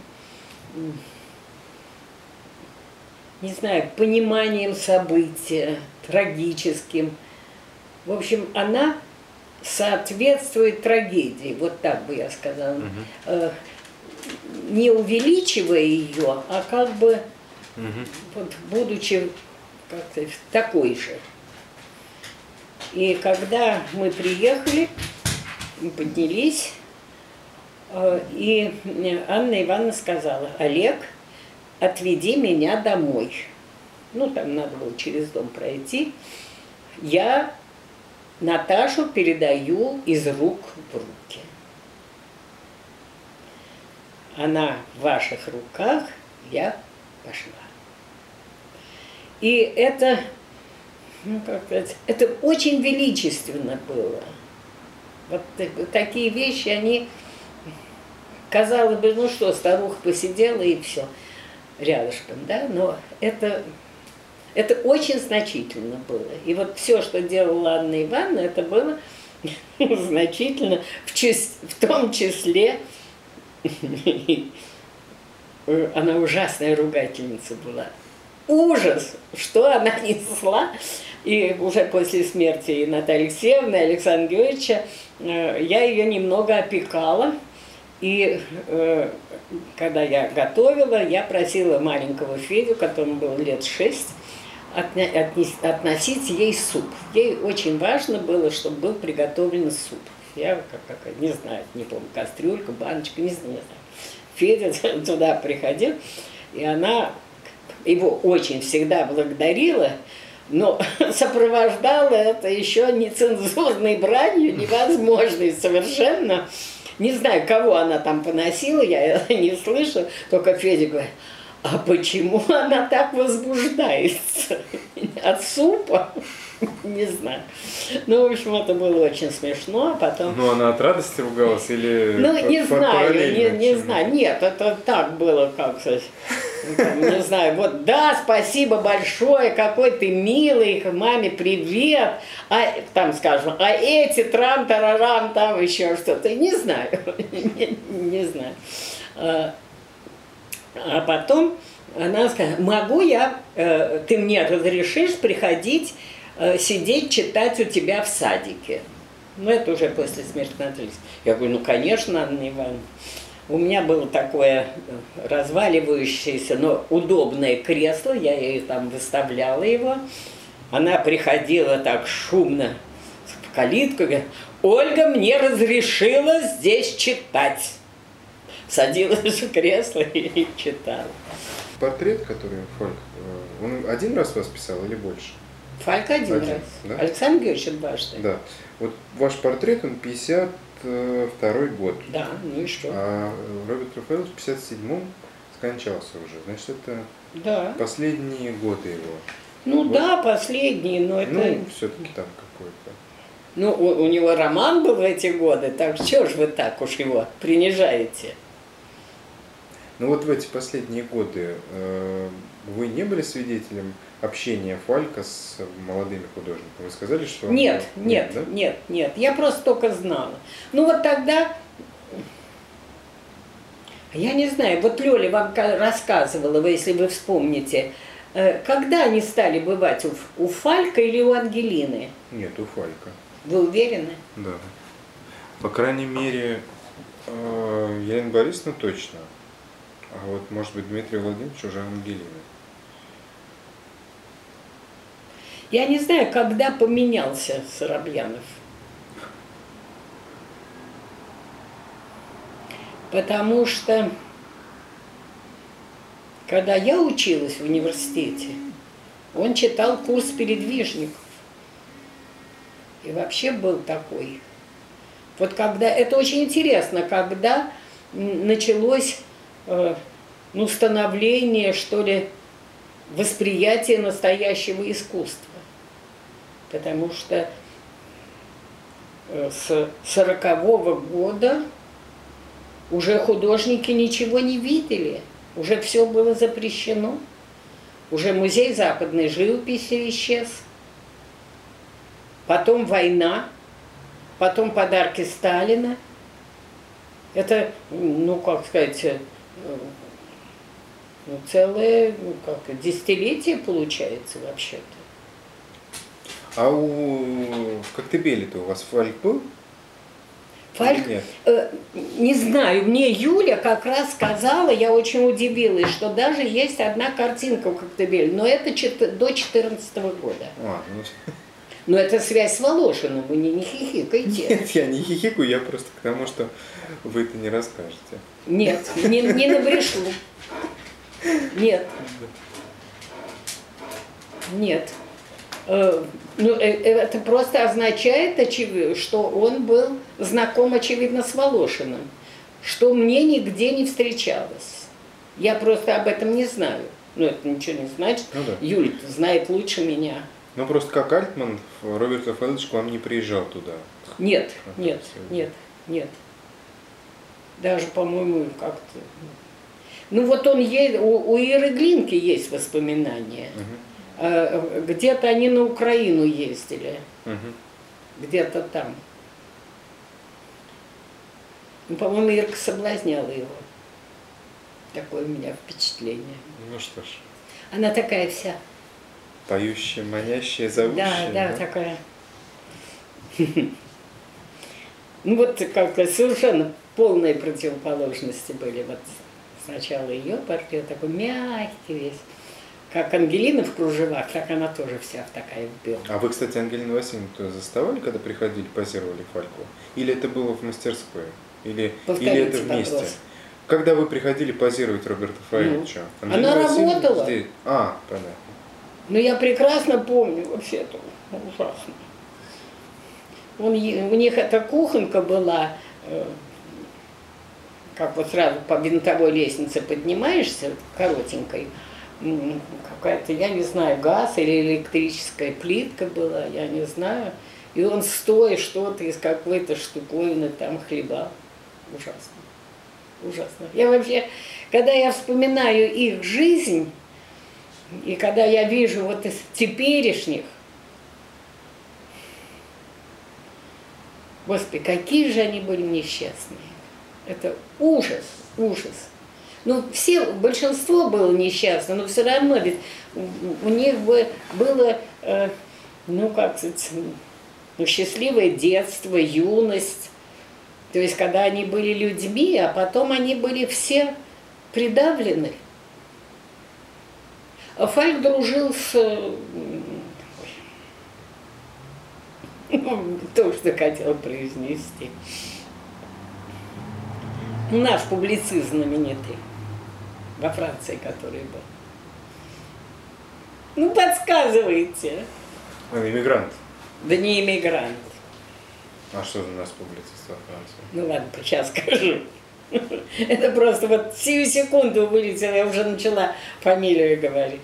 не знаю, пониманием события, трагическим. В общем, она соответствует трагедии, вот так бы я сказала, угу. Не увеличивая ее, а как бы угу. вот, будучи как-то такой же. И когда мы приехали, мы поднялись, и Анна Ивановна сказала: Олег, отведи меня домой. Ну, там надо было через дом пройти. Я Наташу передаю из рук в руки. Она в ваших руках, я пошла. И это, ну, как сказать, это очень величественно было. Вот такие вещи, они, казалось бы, ну что, старуха посидела и все, рядышком, да, но это... Это очень значительно было. И вот все, что делала Анна Ивановна, это было значительно, в, чис... в том числе, она ужасная ругательница была. Ужас, что она несла. И уже после смерти Натальи Алексеевны, Александра Георгиевича, я ее немного опекала. И э, когда я готовила, я просила маленького Федю, которому было лет шесть, относить ей суп. Ей очень важно было, чтобы был приготовлен суп. Я, как, как не знаю, не помню, кастрюлька, баночка, не знаю. Федя туда приходил, и она его очень всегда благодарила, но сопровождала это еще нецензурной бранью, невозможной совершенно. Не знаю, кого она там поносила, я это не слышу, только Федя говорит: а почему она так возбуждается? От супа? Не знаю. Ну, в общем, это было очень смешно, а потом... Ну, она от радости ругалась или... Ну, не знаю, не, не знаю. Нет, это так было, как сказать, не знаю. Вот, да, спасибо большое, какой ты милый, маме привет. А там, скажем, а эти трам-тарарам, там еще что-то. Не знаю, не, не знаю. А потом она сказала: могу я, э, ты мне разрешишь приходить, э, сидеть, читать у тебя в садике? Ну, это уже после смерти Натальи. Я говорю: ну, конечно, Анна Ивановна. У меня было такое разваливающееся, но удобное кресло, я ей там выставляла его. Она приходила так шумно в калитку и говорит: Ольга мне разрешила здесь читать. Садилась в кресло и читала. портрет, который Фальк, э, он один раз вас писал или больше? Фальк один, один раз. Да? Александр Георгиевич дважды. Да. Вот ваш портрет, он пятьдесят второй год. Да, ну и что? А Роберт Рафаэлович в пятьдесят седьмом скончался уже. Значит, это да. последние годы его. Ну вот. Да, последние, но это... Ну, все-таки там какой-то. Ну, у, у него роман был в эти годы, так что ж вы так уж его принижаете? Ну вот в эти последние годы э, вы не были свидетелем общения Фалька с молодыми художниками? Вы сказали, что... Он нет, был... нет, да? нет, нет, я просто только знала. Ну вот тогда, я не знаю, вот Лёля вам рассказывала, вы, если вы вспомните, э, когда они стали бывать, у, у Фалька или у Ангелины? Нет, у Фалька. Вы уверены? Да. По крайней мере, э, Елена Борисовна точно. А вот, может быть, Дмитрий Владимирович уже Ангелина. Я не знаю, когда поменялся Соробьянов. Потому что, когда я училась в университете, он читал курс передвижников. И вообще был такой. Вот когда, это очень интересно, когда началось э, ну, становление, что ли, восприятия настоящего искусства. Потому что э, с сорокового года уже художники ничего не видели, уже все было запрещено, уже музей западной живописи исчез. Потом война, потом подарки Сталина. Это, ну, как сказать, ну, целое, ну, как, десятилетие получается вообще-то. А у в Коктебеле-то у вас Фальк был? Фальк, э, не знаю, мне Юля как раз сказала, я очень удивилась, что даже есть одна картинка у Коктебеля, но это до четырнадцатого года. А, ну... Но это связь с Волошиным, вы не, не хихикайте. Нет, я не хихикаю, я просто к тому, что вы это не расскажете. Нет, не, не набрешу. Нет. Нет. Э, ну, э, это просто означает, очевидно, что он был знаком, очевидно, с Волошиным, что мне нигде не встречалось. Я просто об этом не знаю. Ну, это ничего не значит. Ну, да. Юля знает лучше меня. Ну, просто как Альтман, Роберт Рафаэлович к вам не приезжал туда? Нет, нет, нет, нет. Даже, по-моему, как-то... Ну, вот он есть, у, у Иры Глинки есть воспоминания. Угу. Где-то они на Украину ездили. Угу. Где-то там. Ну, по-моему, Ирка соблазняла его. Такое у меня впечатление. Ну что ж. Она такая вся. Поющая, манящая, зовущая. Да, да, да? Такая. Ну вот как-то совершенно полные противоположности были. Вот сначала ее портрет такой мягкий весь. Как Ангелина в кружевах, так она тоже вся такая в белом. А вы, кстати, Ангелину Васильевну заставали, когда приходили, позировали Фальку? Или это было в мастерской? Или, или это вместе? Вопрос. Когда вы приходили позировать Роберту Рафаэловичу? Ну, она работала. Здесь... А, понятно. Ну, я прекрасно помню, вообще это ужасно. Он, у них эта кухонка была, э, как вот сразу по винтовой лестнице поднимаешься, коротенькой, какая-то, я не знаю, газ или электрическая плитка была, я не знаю. И он стоя что-то из какой-то штуковины там хлебал. Ужасно. Ужасно. Я вообще, когда я вспоминаю их жизнь, и когда я вижу вот из теперешних, Господи, какие же они были несчастные. Это ужас, ужас. Ну, все, большинство было несчастно, но все равно ведь у них бы было, э, ну, как сказать, ну, счастливое детство, юность. То есть, когда они были людьми, а потом они были все придавлены. А Фальк дружил с... То, что хотел произнести. Наш публицист знаменитый, во Франции, который был. Ну, подсказывайте. Он иммигрант. Да не иммигрант. А что за у нас публицист во Франции? Ну ладно, сейчас скажу. Это просто вот сию секунду вылетело, я уже начала фамилию говорить.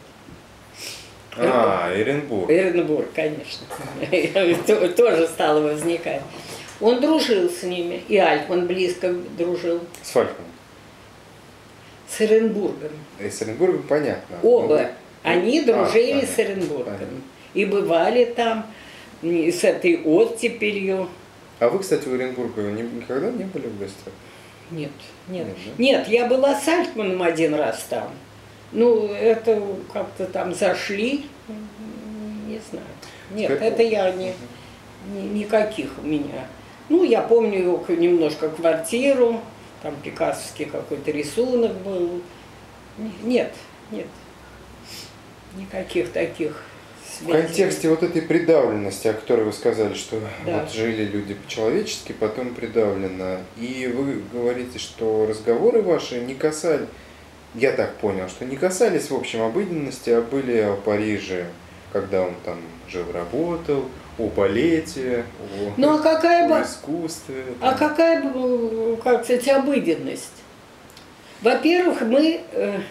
А, Эренбург. Эренбург, конечно. Тоже стало возникать. Он дружил с ними, и Альтман близко дружил. С Фальком. С Эренбургом. И с Эренбургом понятно. Оба. Ну, Они дружили а, с Эренбургом. понятно. И бывали там и с этой оттепелью. А вы, кстати, в Оренбурге никогда не были в гостях? Нет, нет. Нет, да? Нет, я была с Альтманом один раз там. Ну, это как-то там зашли, не знаю. Нет, Как- это я не, ни- никаких у меня. Ну, я помню немножко квартиру, там пикассовский какой-то рисунок был. Н- Нет, нет, никаких таких В связей. контексте вот этой придавленности, о которой вы сказали, что Да. вот жили люди по-человечески, потом придавлено, и вы говорите, что разговоры ваши не касались, я так понял, что не касались в общем обыденности, а были о Париже, когда он там жил, работал, о балете, о, Ну, а какая о бы- искусстве. А там. какая, э, как сказать, обыденность? Во-первых, мы, э,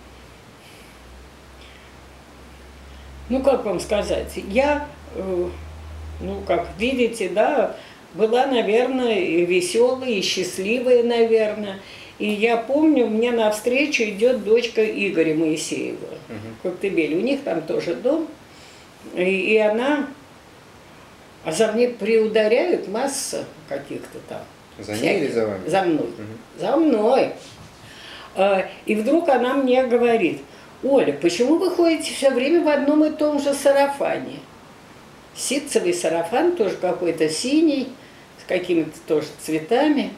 ну как вам сказать, я, э, ну как видите, да, была, наверное, и веселая, и счастливая, наверное. И я помню, мне навстречу идет дочка Игоря Моисеева, Мгм. в Коктебеле. У них там тоже дом. И, и она, а за мне приударяют масса каких-то там. За ней всяких. или за вами? За мной. Мгм. За мной. А, И вдруг она мне говорит: Оля, почему вы ходите все время в одном и том же сарафане? Ситцевый сарафан, тоже какой-то синий, с какими-то тоже цветами.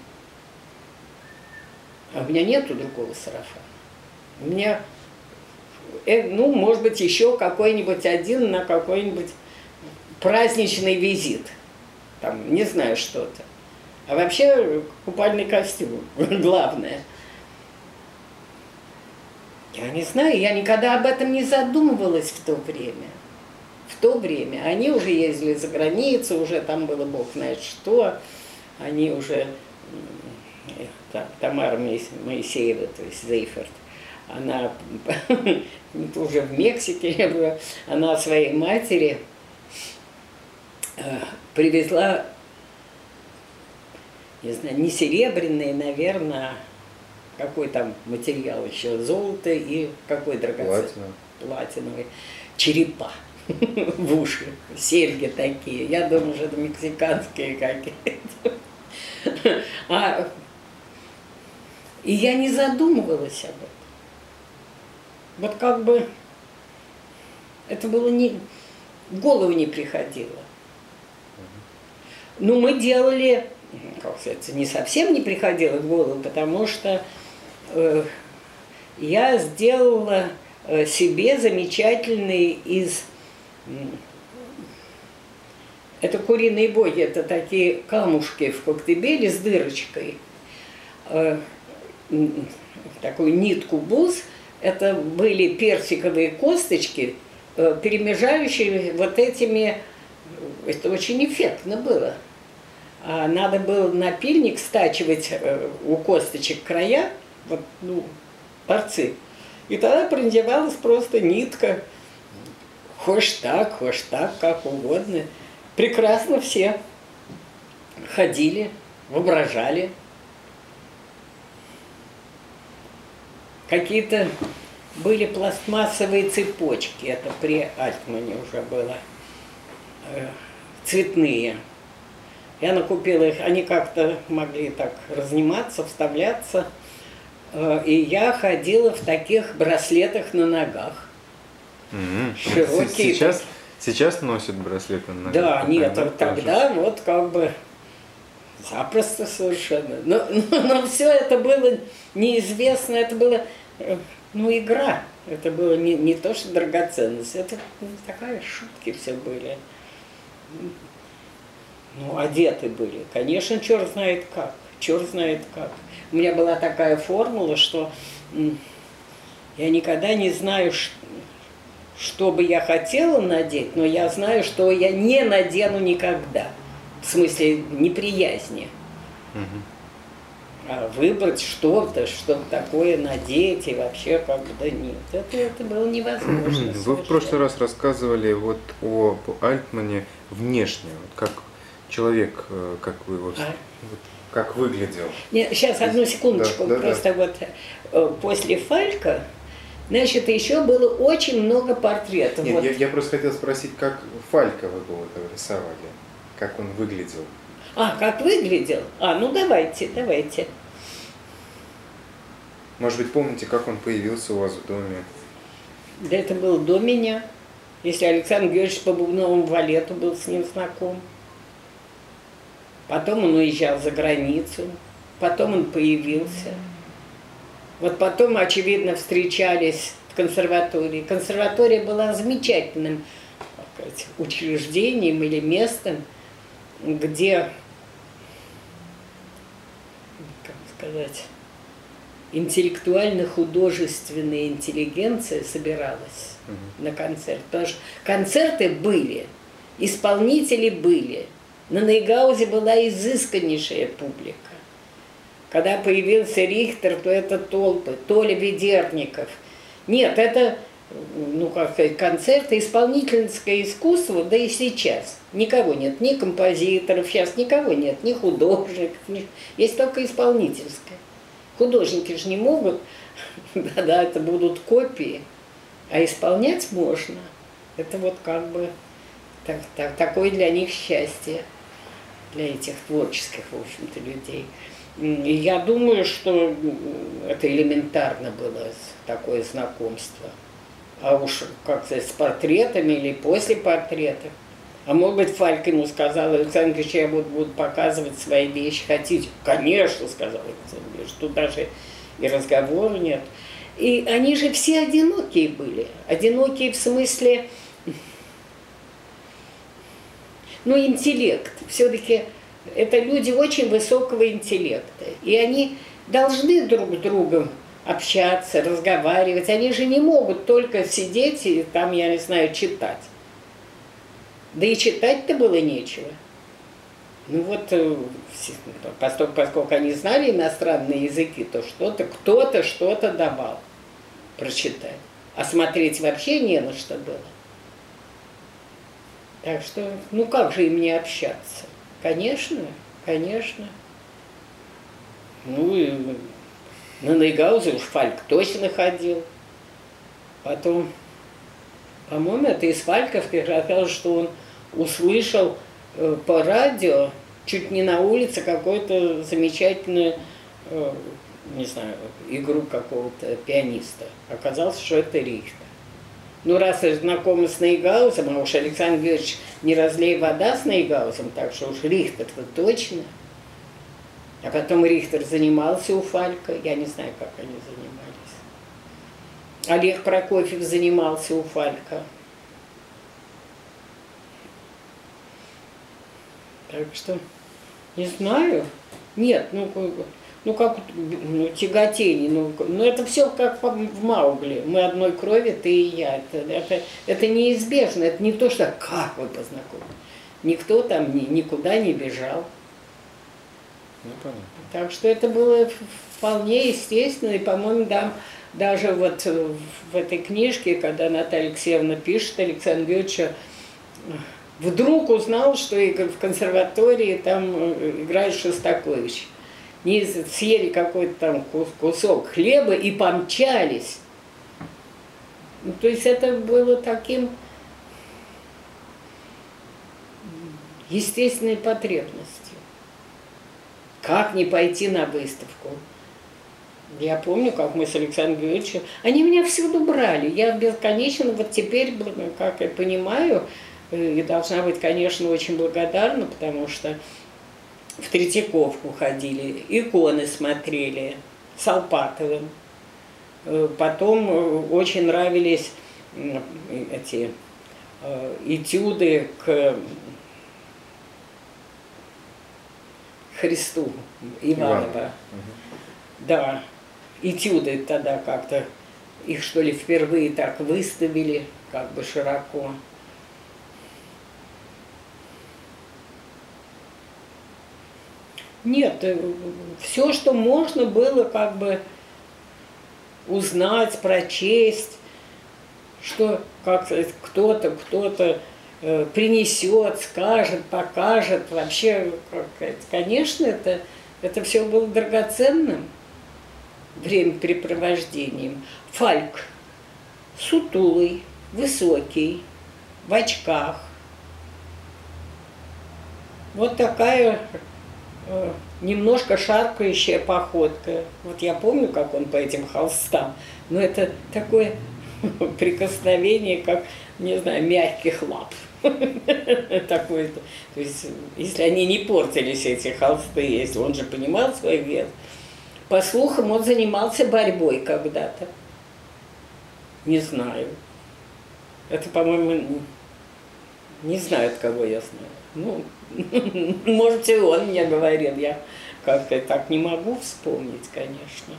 А у меня нету другого сарафана. У меня, э, ну, может быть, еще какой-нибудь один на какой-нибудь праздничный визит. Там, не знаю, что-то. А вообще купальный костюм главное. Я не знаю, я никогда об этом не задумывалась в то время. В то время. Они уже ездили за границу, уже там было бог знает что. Они уже, м, там, Тамара Моис- Моисеева, то есть Зейферт, она уже в Мексике была, она своей матери э, привезла, не знаю, не серебряный, наверное, какой там материал еще, золото и какой драгоценный, Платина. платиновый, черепа в уши, серьги такие. Я думаю, что это мексиканские какие-то. А, и я не задумывалась об этом. Вот как бы это было не, в голову не приходило. Ну, мы делали, как сказать, не совсем не приходило в голову, потому что э, я сделала э, себе замечательный из... м, Это куриные боги, это такие камушки в Коктебеле с дырочкой. Э, м, такую нитку бус. Это были персиковые косточки, э, перемежающие вот этими... Это очень эффектно было. А надо было напильник стачивать э, у косточек края, вот, ну, торцы. И тогда продевалась просто нитка. Хошь так, хошь так, как угодно. Прекрасно все ходили, воображали. Какие-то были пластмассовые цепочки, это при Альтмане уже было, э, цветные. Я накупила их, они как-то могли так разниматься, вставляться. Э, И я ходила в таких браслетах на ногах. Мгм. Широкие Сейчас, сейчас носят браслеты на ногах. Да, а нет, тогда вот тогда вот как бы запросто совершенно. Но, но, но все это было неизвестно, это было, э, ну, игра. Это было не, не то, что драгоценность, это ну, такая шутки все были. Ну, одеты были. Конечно, черт знает как. Черт знает как. У меня была такая формула, что м, я никогда не знаю, ш- что бы я хотела надеть, но я знаю, что я не надену никогда. В смысле неприязни. Мгм. А выбрать что-то, что такое надеть и вообще как бы да нет. Это, это было невозможно. Вы в прошлый раз рассказывали вот о Альтмане внешне, вот как человек, э, как вы его, А? вот как выглядел. Нет, сейчас одну секундочку. Да, да, Просто вот э, после Фалька, значит, еще было очень много портретов. Нет, Вот. я, я просто хотел спросить, как Фалька вы его это рисовали, как он выглядел. А, как выглядел? А, ну давайте, давайте. Может быть, помните, как он появился у вас в доме? Да это было до меня. Если Александр Георгиевич по бубновому валету был с ним знаком. Потом он уезжал за границу. Потом он появился. Вот потом, очевидно, встречались в консерватории. Консерватория была замечательным, так сказать, учреждением или местом, где, как сказать, интеллектуально-художественная интеллигенция собиралась Мгм. на концерт. Потому что концерты были, исполнители были. На Нейгаузе была изысканнейшая публика. Когда появился Рихтер, то это толпы, Толя Ведерников. Нет, это, ну как сказать, концерты, исполнительское искусство, да и сейчас. Никого нет, ни композиторов, сейчас никого нет, ни художников, ни... есть только исполнительское. Художники же не могут, да-да, это будут копии, а исполнять можно. Это вот как бы так, так, такое для них счастье, для этих творческих, в общем-то, людей. И я думаю, что это элементарно было такое знакомство. А уж как сказать, с портретами или после портретов. А может быть, Фальк ему сказал: Александр Ильич, я буду, буду показывать свои вещи, хотите? Конечно, сказал Александр Ильич, тут даже и разговора нет. И они же все одинокие были. Одинокие в смысле, ну, интеллект. Все-таки это люди очень высокого интеллекта. И они должны друг с другом общаться, разговаривать. Они же не могут только сидеть и там, я не знаю, читать. Да и читать-то было нечего. Ну вот, поскольку, поскольку они знали иностранные языки, то что-то, кто-то что-то давал прочитать. А смотреть вообще не на что было. Так что, ну как же им не общаться? Конечно, конечно. Ну и на Нейгаузе уж Фальк точно ходил. Потом, по-моему, это из Фальковки рассказывал, что он услышал э, по радио чуть не на улице какую-то замечательную, э, не знаю, игру какого-то пианиста. Оказалось, что это Рихтер. Ну, раз я знакома с Нейгаузом, а уж Александр Георгиевич не разлей вода с Нейгаузом, так что уж Рихтер-то точно. А потом Рихтер занимался у Фалька, я не знаю, как они занимались. Олег Прокофьев занимался у Фалька. Так что, не знаю. Нет, ну, ну как, ну, тяготение, ну, ну это все как в Маугли. Мы одной крови, ты и я. Это, это, это неизбежно, это не то, что как вы познакомились. Никто там ни, никуда не бежал. Ну, понятно. Так что это было вполне естественно, и, по-моему, да, даже вот в этой книжке, когда Наталья Алексеевна пишет, Александр Георгиевич вдруг узнал, что в консерватории там играет Шостакович. Не съели какой-то там кусок хлеба и помчались. Ну, то есть это было таким естественной потребностью. Как не пойти на выставку? Я помню, как мы с Александром Георгиевичем... Они меня всюду брали. Я бесконечно, вот теперь, как я понимаю, и должна быть, конечно, очень благодарна, потому что в Третьяковку ходили, иконы смотрели с Алпатовым. Потом очень нравились эти этюды к Христу Иванова. Иван. Да, этюды тогда как-то, их что ли впервые так выставили. как бы широко. Нет, все, что можно было как бы узнать, прочесть, что как кто-то, кто-то э, принесет, скажет, покажет. Вообще, как, конечно, это, это все было драгоценным времяпрепровождением. Фальк сутулый, высокий, в очках. Вот такая э, немножко шаркающая походка. Вот я помню, как он по этим холстам, но это такое прикосновение, как, не знаю, мягких лап. Такое. То есть, если они не портились, эти холсты, если он же понимал свой вес. По слухам, он занимался борьбой когда-то. Не знаю. Это, по-моему, не знаю, от кого я знаю. Ну, может, и он мне говорил. Я как-то так не могу вспомнить, конечно.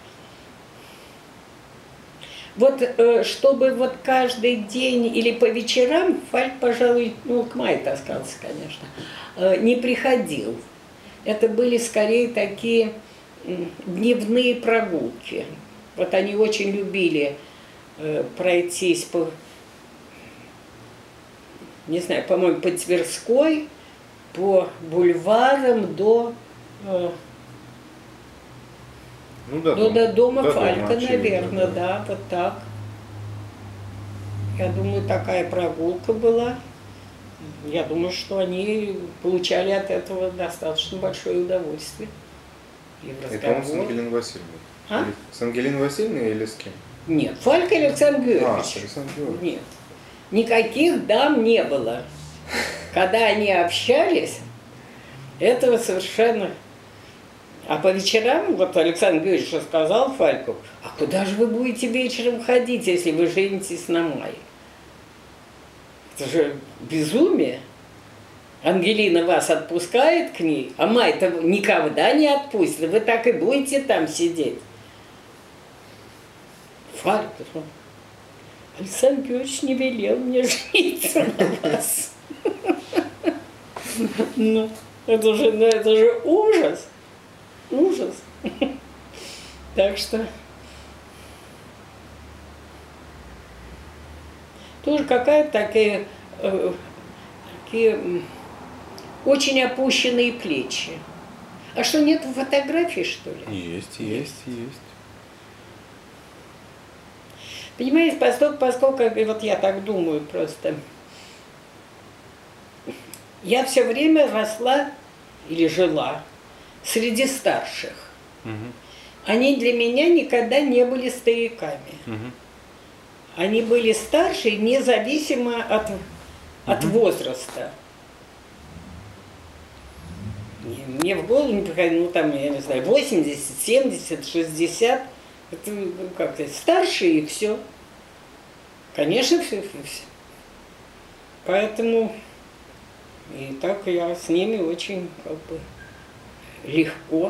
Вот чтобы вот каждый день или по вечерам, Фальк, пожалуй, ну, к мае таскался, конечно, не приходил. Это были скорее такие дневные прогулки. Вот они очень любили пройтись по, не знаю, по-моему, по Тверской, по бульварам до... Ну, до, Ну, до дома до Фалька, дома, наверное, да. да, вот так. Я думаю, такая прогулка была. Я думаю, что они получали от этого достаточно большое удовольствие. И в Это он с разговоре. Ангелиной Васильевной? А? Или с Ангелиной Васильевной или с кем? Нет, Фальк и Александр А, Георгиевич. с Александром Георгиевичем. Нет. Никаких дам не было. Когда они общались, этого совершенно... А по вечерам, вот Александр Георгиевич сказал Фальку, а куда же вы будете вечером ходить, если вы женитесь на мае? Это же безумие. Ангелина вас отпускает к ней, а май-то никогда не отпустит. Вы так и будете там сидеть. Фальк, Александр Георгиевич не велел мне жениться на вас. Ну, это же, ну, это же ужас. Ужас. Так что тоже какая-то такая, э, такие очень опущенные плечи. А что, нет фотографий, что ли? Есть, есть, есть. Понимаете, поскольку, поскольку, вот я так думаю просто, я все время росла или жила среди старших. Угу. Они для меня никогда не были стариками. Угу. Они были старше, независимо от, от Угу. возраста. Мне в голову не приходило, ну там, я не знаю, восемьдесят, семьдесят, шестьдесят. Это как-то старшие и все. Конечно, все, все. Поэтому и так я с ними очень как бы легко.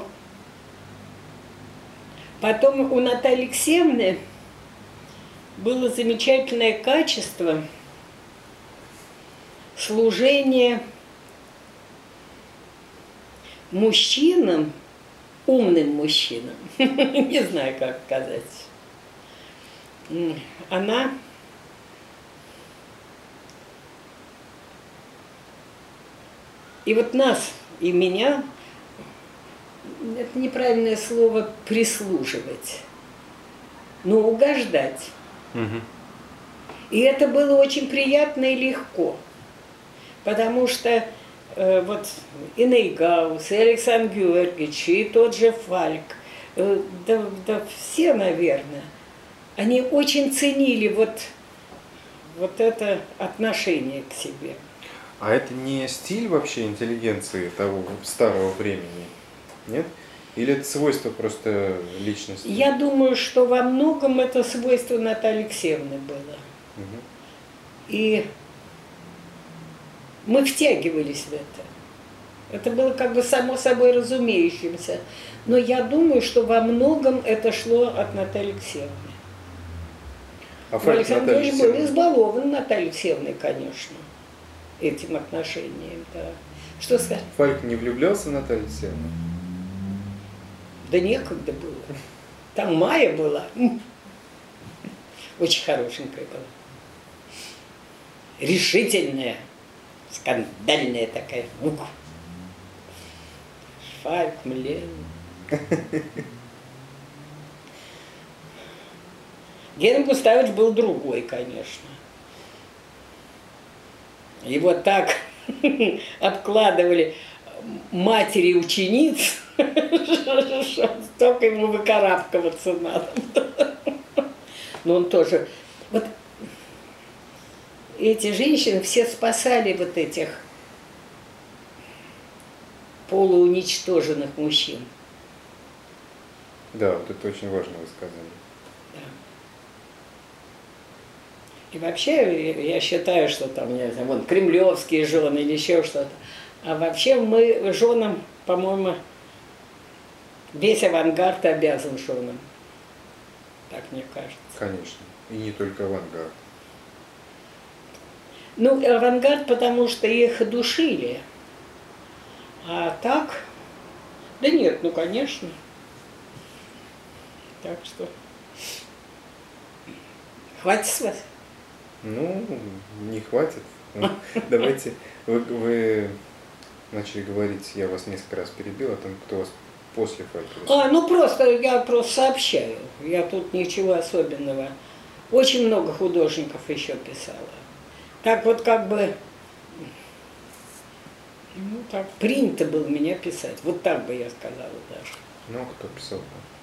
Потом у Натальи Алексеевны было замечательное качество служения мужчинам, умным мужчинам, не знаю, как сказать. Она и вот нас, и меня, это неправильное слово прислуживать, но угождать. Угу. И это было очень приятно и легко, потому что э, вот и Нейгаус, и Александр Георгиевич, и тот же Фальк, э, да, да все, наверное, они очень ценили вот, вот это отношение к себе. А это не стиль вообще интеллигенции того старого времени, нет? Или это свойство просто личности? Я думаю, что во многом это свойство Натальи Алексеевны было. Угу. И мы втягивались в это. Это было как бы само собой разумеющимся. Но я думаю, что во многом это шло от Натальи Алексеевны. А Ну, Фальк Александр Наталья Ильич был Алексеевна? избалован Натальей Алексеевной, конечно, этим отношением, да. Что сказать? Фальк не влюблялся в Наталью Алексеевну? Да некогда было. Там Майя была. М. Очень хорошенькая была. Решительная, скандальная такая. Ух. Фальк, млен. Герман Густавович был другой, конечно. Его так обкладывали матери учениц, что только ему выкарабкиваться надо. Но он тоже... Вот эти женщины все спасали вот этих полууничтоженных мужчин. Да, вот это очень важно вы сказали. И вообще, я считаю, что там, не знаю, вон, кремлевские жены или еще что-то. А вообще мы женам, по-моему, весь авангард обязан женам. Так мне кажется. Конечно. И не только авангард. Ну, авангард, потому что их душили. А так, да нет, ну, конечно. Так что, хватит с вас. Ну, не хватит. Ну, давайте, вы, вы начали говорить, я вас несколько раз перебил, о том, кто вас после Фалька. А, ну просто, я просто сообщаю. Я тут ничего особенного. Очень много художников еще писала. Так вот как бы, ну так, принято было меня писать. Вот так бы я сказала даже. Ну, а кто писал?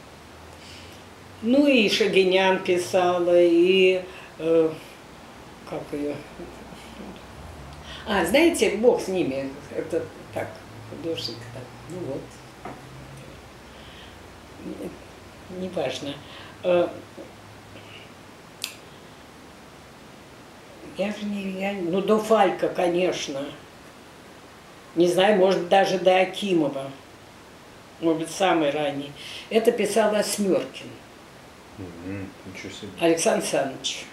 Ну и Шагинян писала, и... Э, как ее... А, знаете, бог с ними. Это так, художник. Так, ну вот. Неважно. Я же не... Я, ну, до Фалька, конечно. Не знаю, может, даже до Акимова. Может быть, самый ранний. Это писала Смёркин. Угу, ничего себе. Александр Александрович.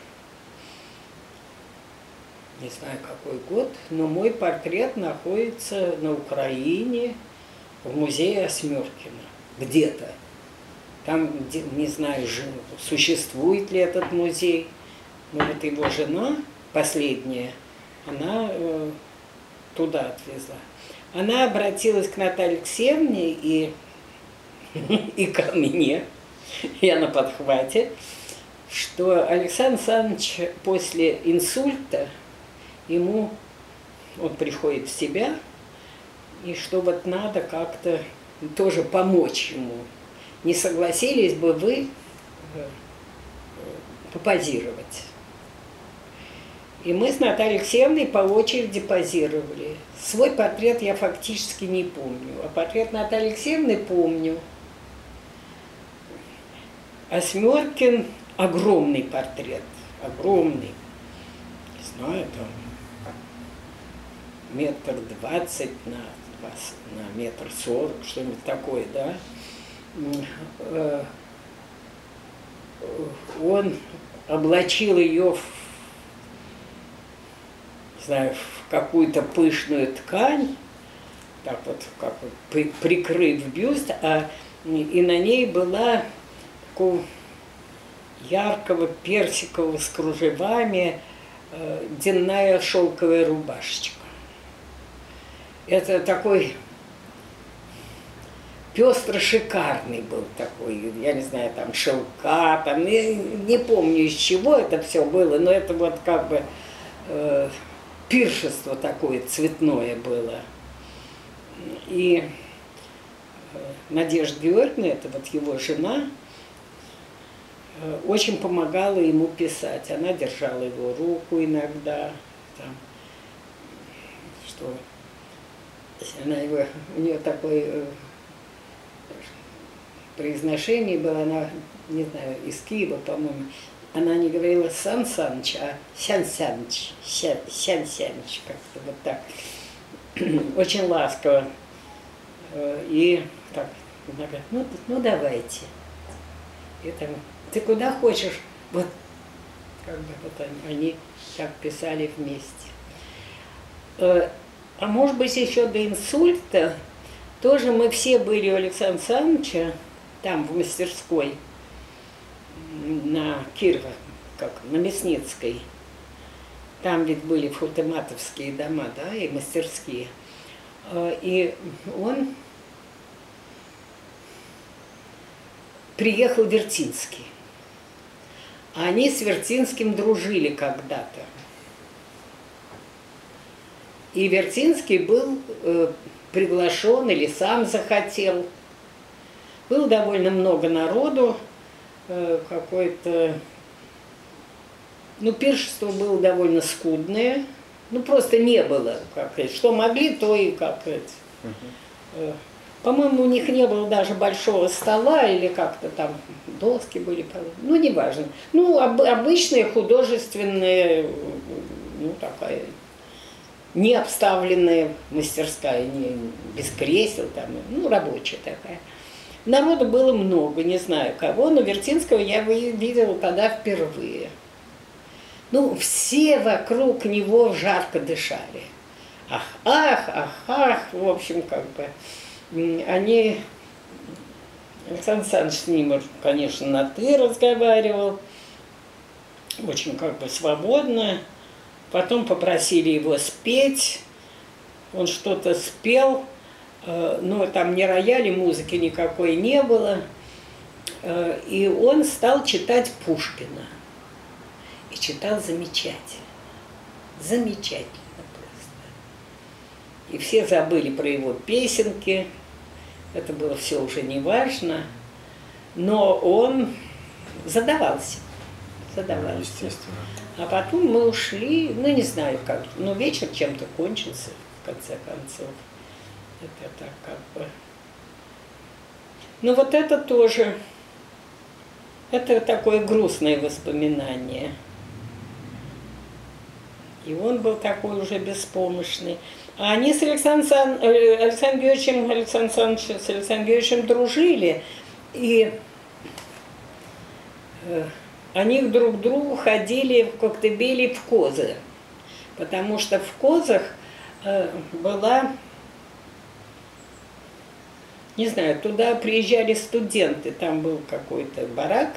Не знаю, какой год, но мой портрет находится на Украине, в музее Осмёркина. Где-то. Там, не знаю, существует ли этот музей. Но вот его жена, последняя, она э, туда отвезла. Она обратилась к Наталье Алексеевне и, и ко мне, я на подхвате, что Александр Александрович после инсульта, ему, он приходит в себя, и что вот надо как-то тоже помочь ему. Не согласились бы вы попозировать? И мы с Натальей Алексеевной по очереди позировали. Свой портрет я фактически не помню, а портрет Натальи Алексеевны помню. Осмёркин огромный портрет, огромный, не знаю, там метр двадцать на, на метр сорок, что-нибудь такое, да. Он облачил ее в, не знаю, в какую-то пышную ткань, так вот, как вот, прикрыв бюст, а и на ней была такого яркого персикового с кружевами э, длинная шелковая рубашечка. Это такой пестро-шикарный был такой, я не знаю, там шелка, там, не, не помню из чего это все было, но это вот как бы э, пиршество такое цветное было. И э, Надежда Георгиевна, это вот его жена, э, очень помогала ему писать. Она держала его руку иногда, там, что она его, у нее такой э, произношение было, она, не знаю, из Киева, по-моему, она не говорила Сан Саныч, а Сян Сяныч, Сян Сяныч, как-то вот так. Очень ласково. И так, она говорит, ну, ну давайте. И там, ты куда хочешь? Вот как бы вот они, они так писали вместе. А может быть, еще до инсульта тоже мы все были у Александра Александровича, там, в мастерской, на Кирова, как, на Мясницкой. Там ведь были фотоматовские дома, да, и мастерские. И он приехал Вертинский. Они с Вертинским дружили когда-то. И Вертинский был э, приглашен или сам захотел. Было довольно много народу, э, какое-то... Ну, пиршество было довольно скудное. Ну, просто не было. Как, что могли, то и как это. Uh-huh. По-моему, у них не было даже большого стола или как-то там доски были. Ну, неважно. Ну, об, обычная художественная, ну, такая... не обставленная мастерская, не, без кресел, там, ну, рабочая такая. Народу было много, не знаю кого, но Вертинского я видела тогда впервые. Ну, все вокруг него жарко дышали. Ах, ах, ах, ах, в общем, как бы, они... Александр Александрович с ним, конечно, на «ты» разговаривал, очень как бы свободно. Потом попросили его спеть, он что-то спел, но там ни рояля, музыки никакой не было. И он стал читать Пушкина. И читал замечательно, замечательно просто. И все забыли про его песенки, это было все уже не важно, но он задавался, задавался. Ну, естественно. А потом мы ушли, ну не знаю как, но вечер чем-то кончился, в конце концов. Это так как бы. Ну вот это тоже, это такое грустное воспоминание. И он был такой уже беспомощный. А они с Александром Александром Георгиевичем, Александром с Александром Георгиевичем дружили, и они друг к другу ходили в Коктебеле в Козы, потому что в Козах была, не знаю, туда приезжали студенты, там был какой-то барак,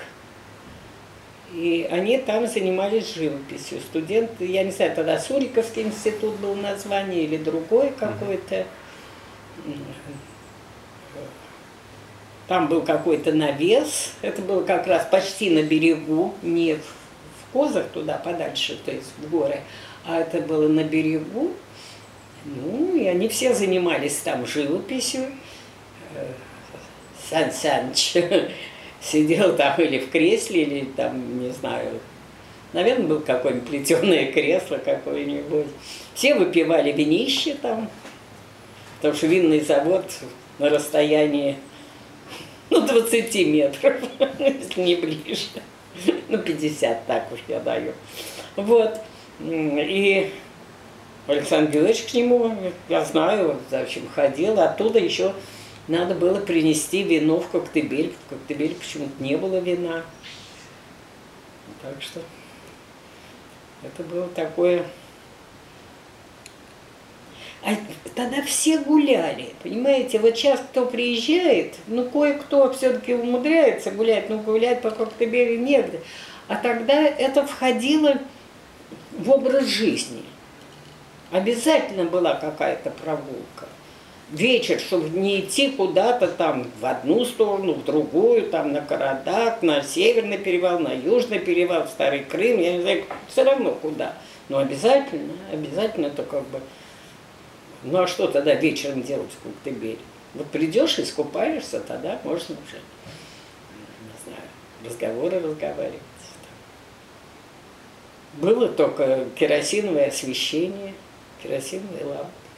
и они там занимались живописью. Студенты, я не знаю, тогда Суриковский институт был название или другой какой-то. Там был какой-то навес, это было как раз почти на берегу, не в Козах туда подальше, то есть в горы, а это было на берегу. Ну, и они все занимались там живописью. Сан Саныч сидел там или в кресле, или там, не знаю, наверное, было какое-нибудь плетеное кресло какое-нибудь. Все выпивали винище там, потому что винный завод на расстоянии, ну, двадцати метров, если не ближе. Ну, пятьдесят, так уж я даю. Вот. И Александр Георгиевич к нему, я знаю, в общем, ходил. Оттуда еще надо было принести вино в Коктебель. В Коктебеле почему-то не было вина. Так что это было такое... А тогда все гуляли, понимаете? Вот сейчас кто приезжает, ну кое-кто все-таки умудряется гулять, но гулять по Коктебелю негде. А тогда это входило в образ жизни. Обязательно была какая-то прогулка. Вечер, чтобы не идти куда-то там в одну сторону, в другую, там на Карадак, на Северный перевал, на Южный перевал, в Старый Крым, я не знаю, все равно куда. Но обязательно, обязательно это как бы... Ну а что тогда вечером делать в Коктебеле? Вот придешь и искупаешься, тогда можно уже, не знаю, разговоры разговаривать. Было только керосиновое освещение, керосиновые лампы.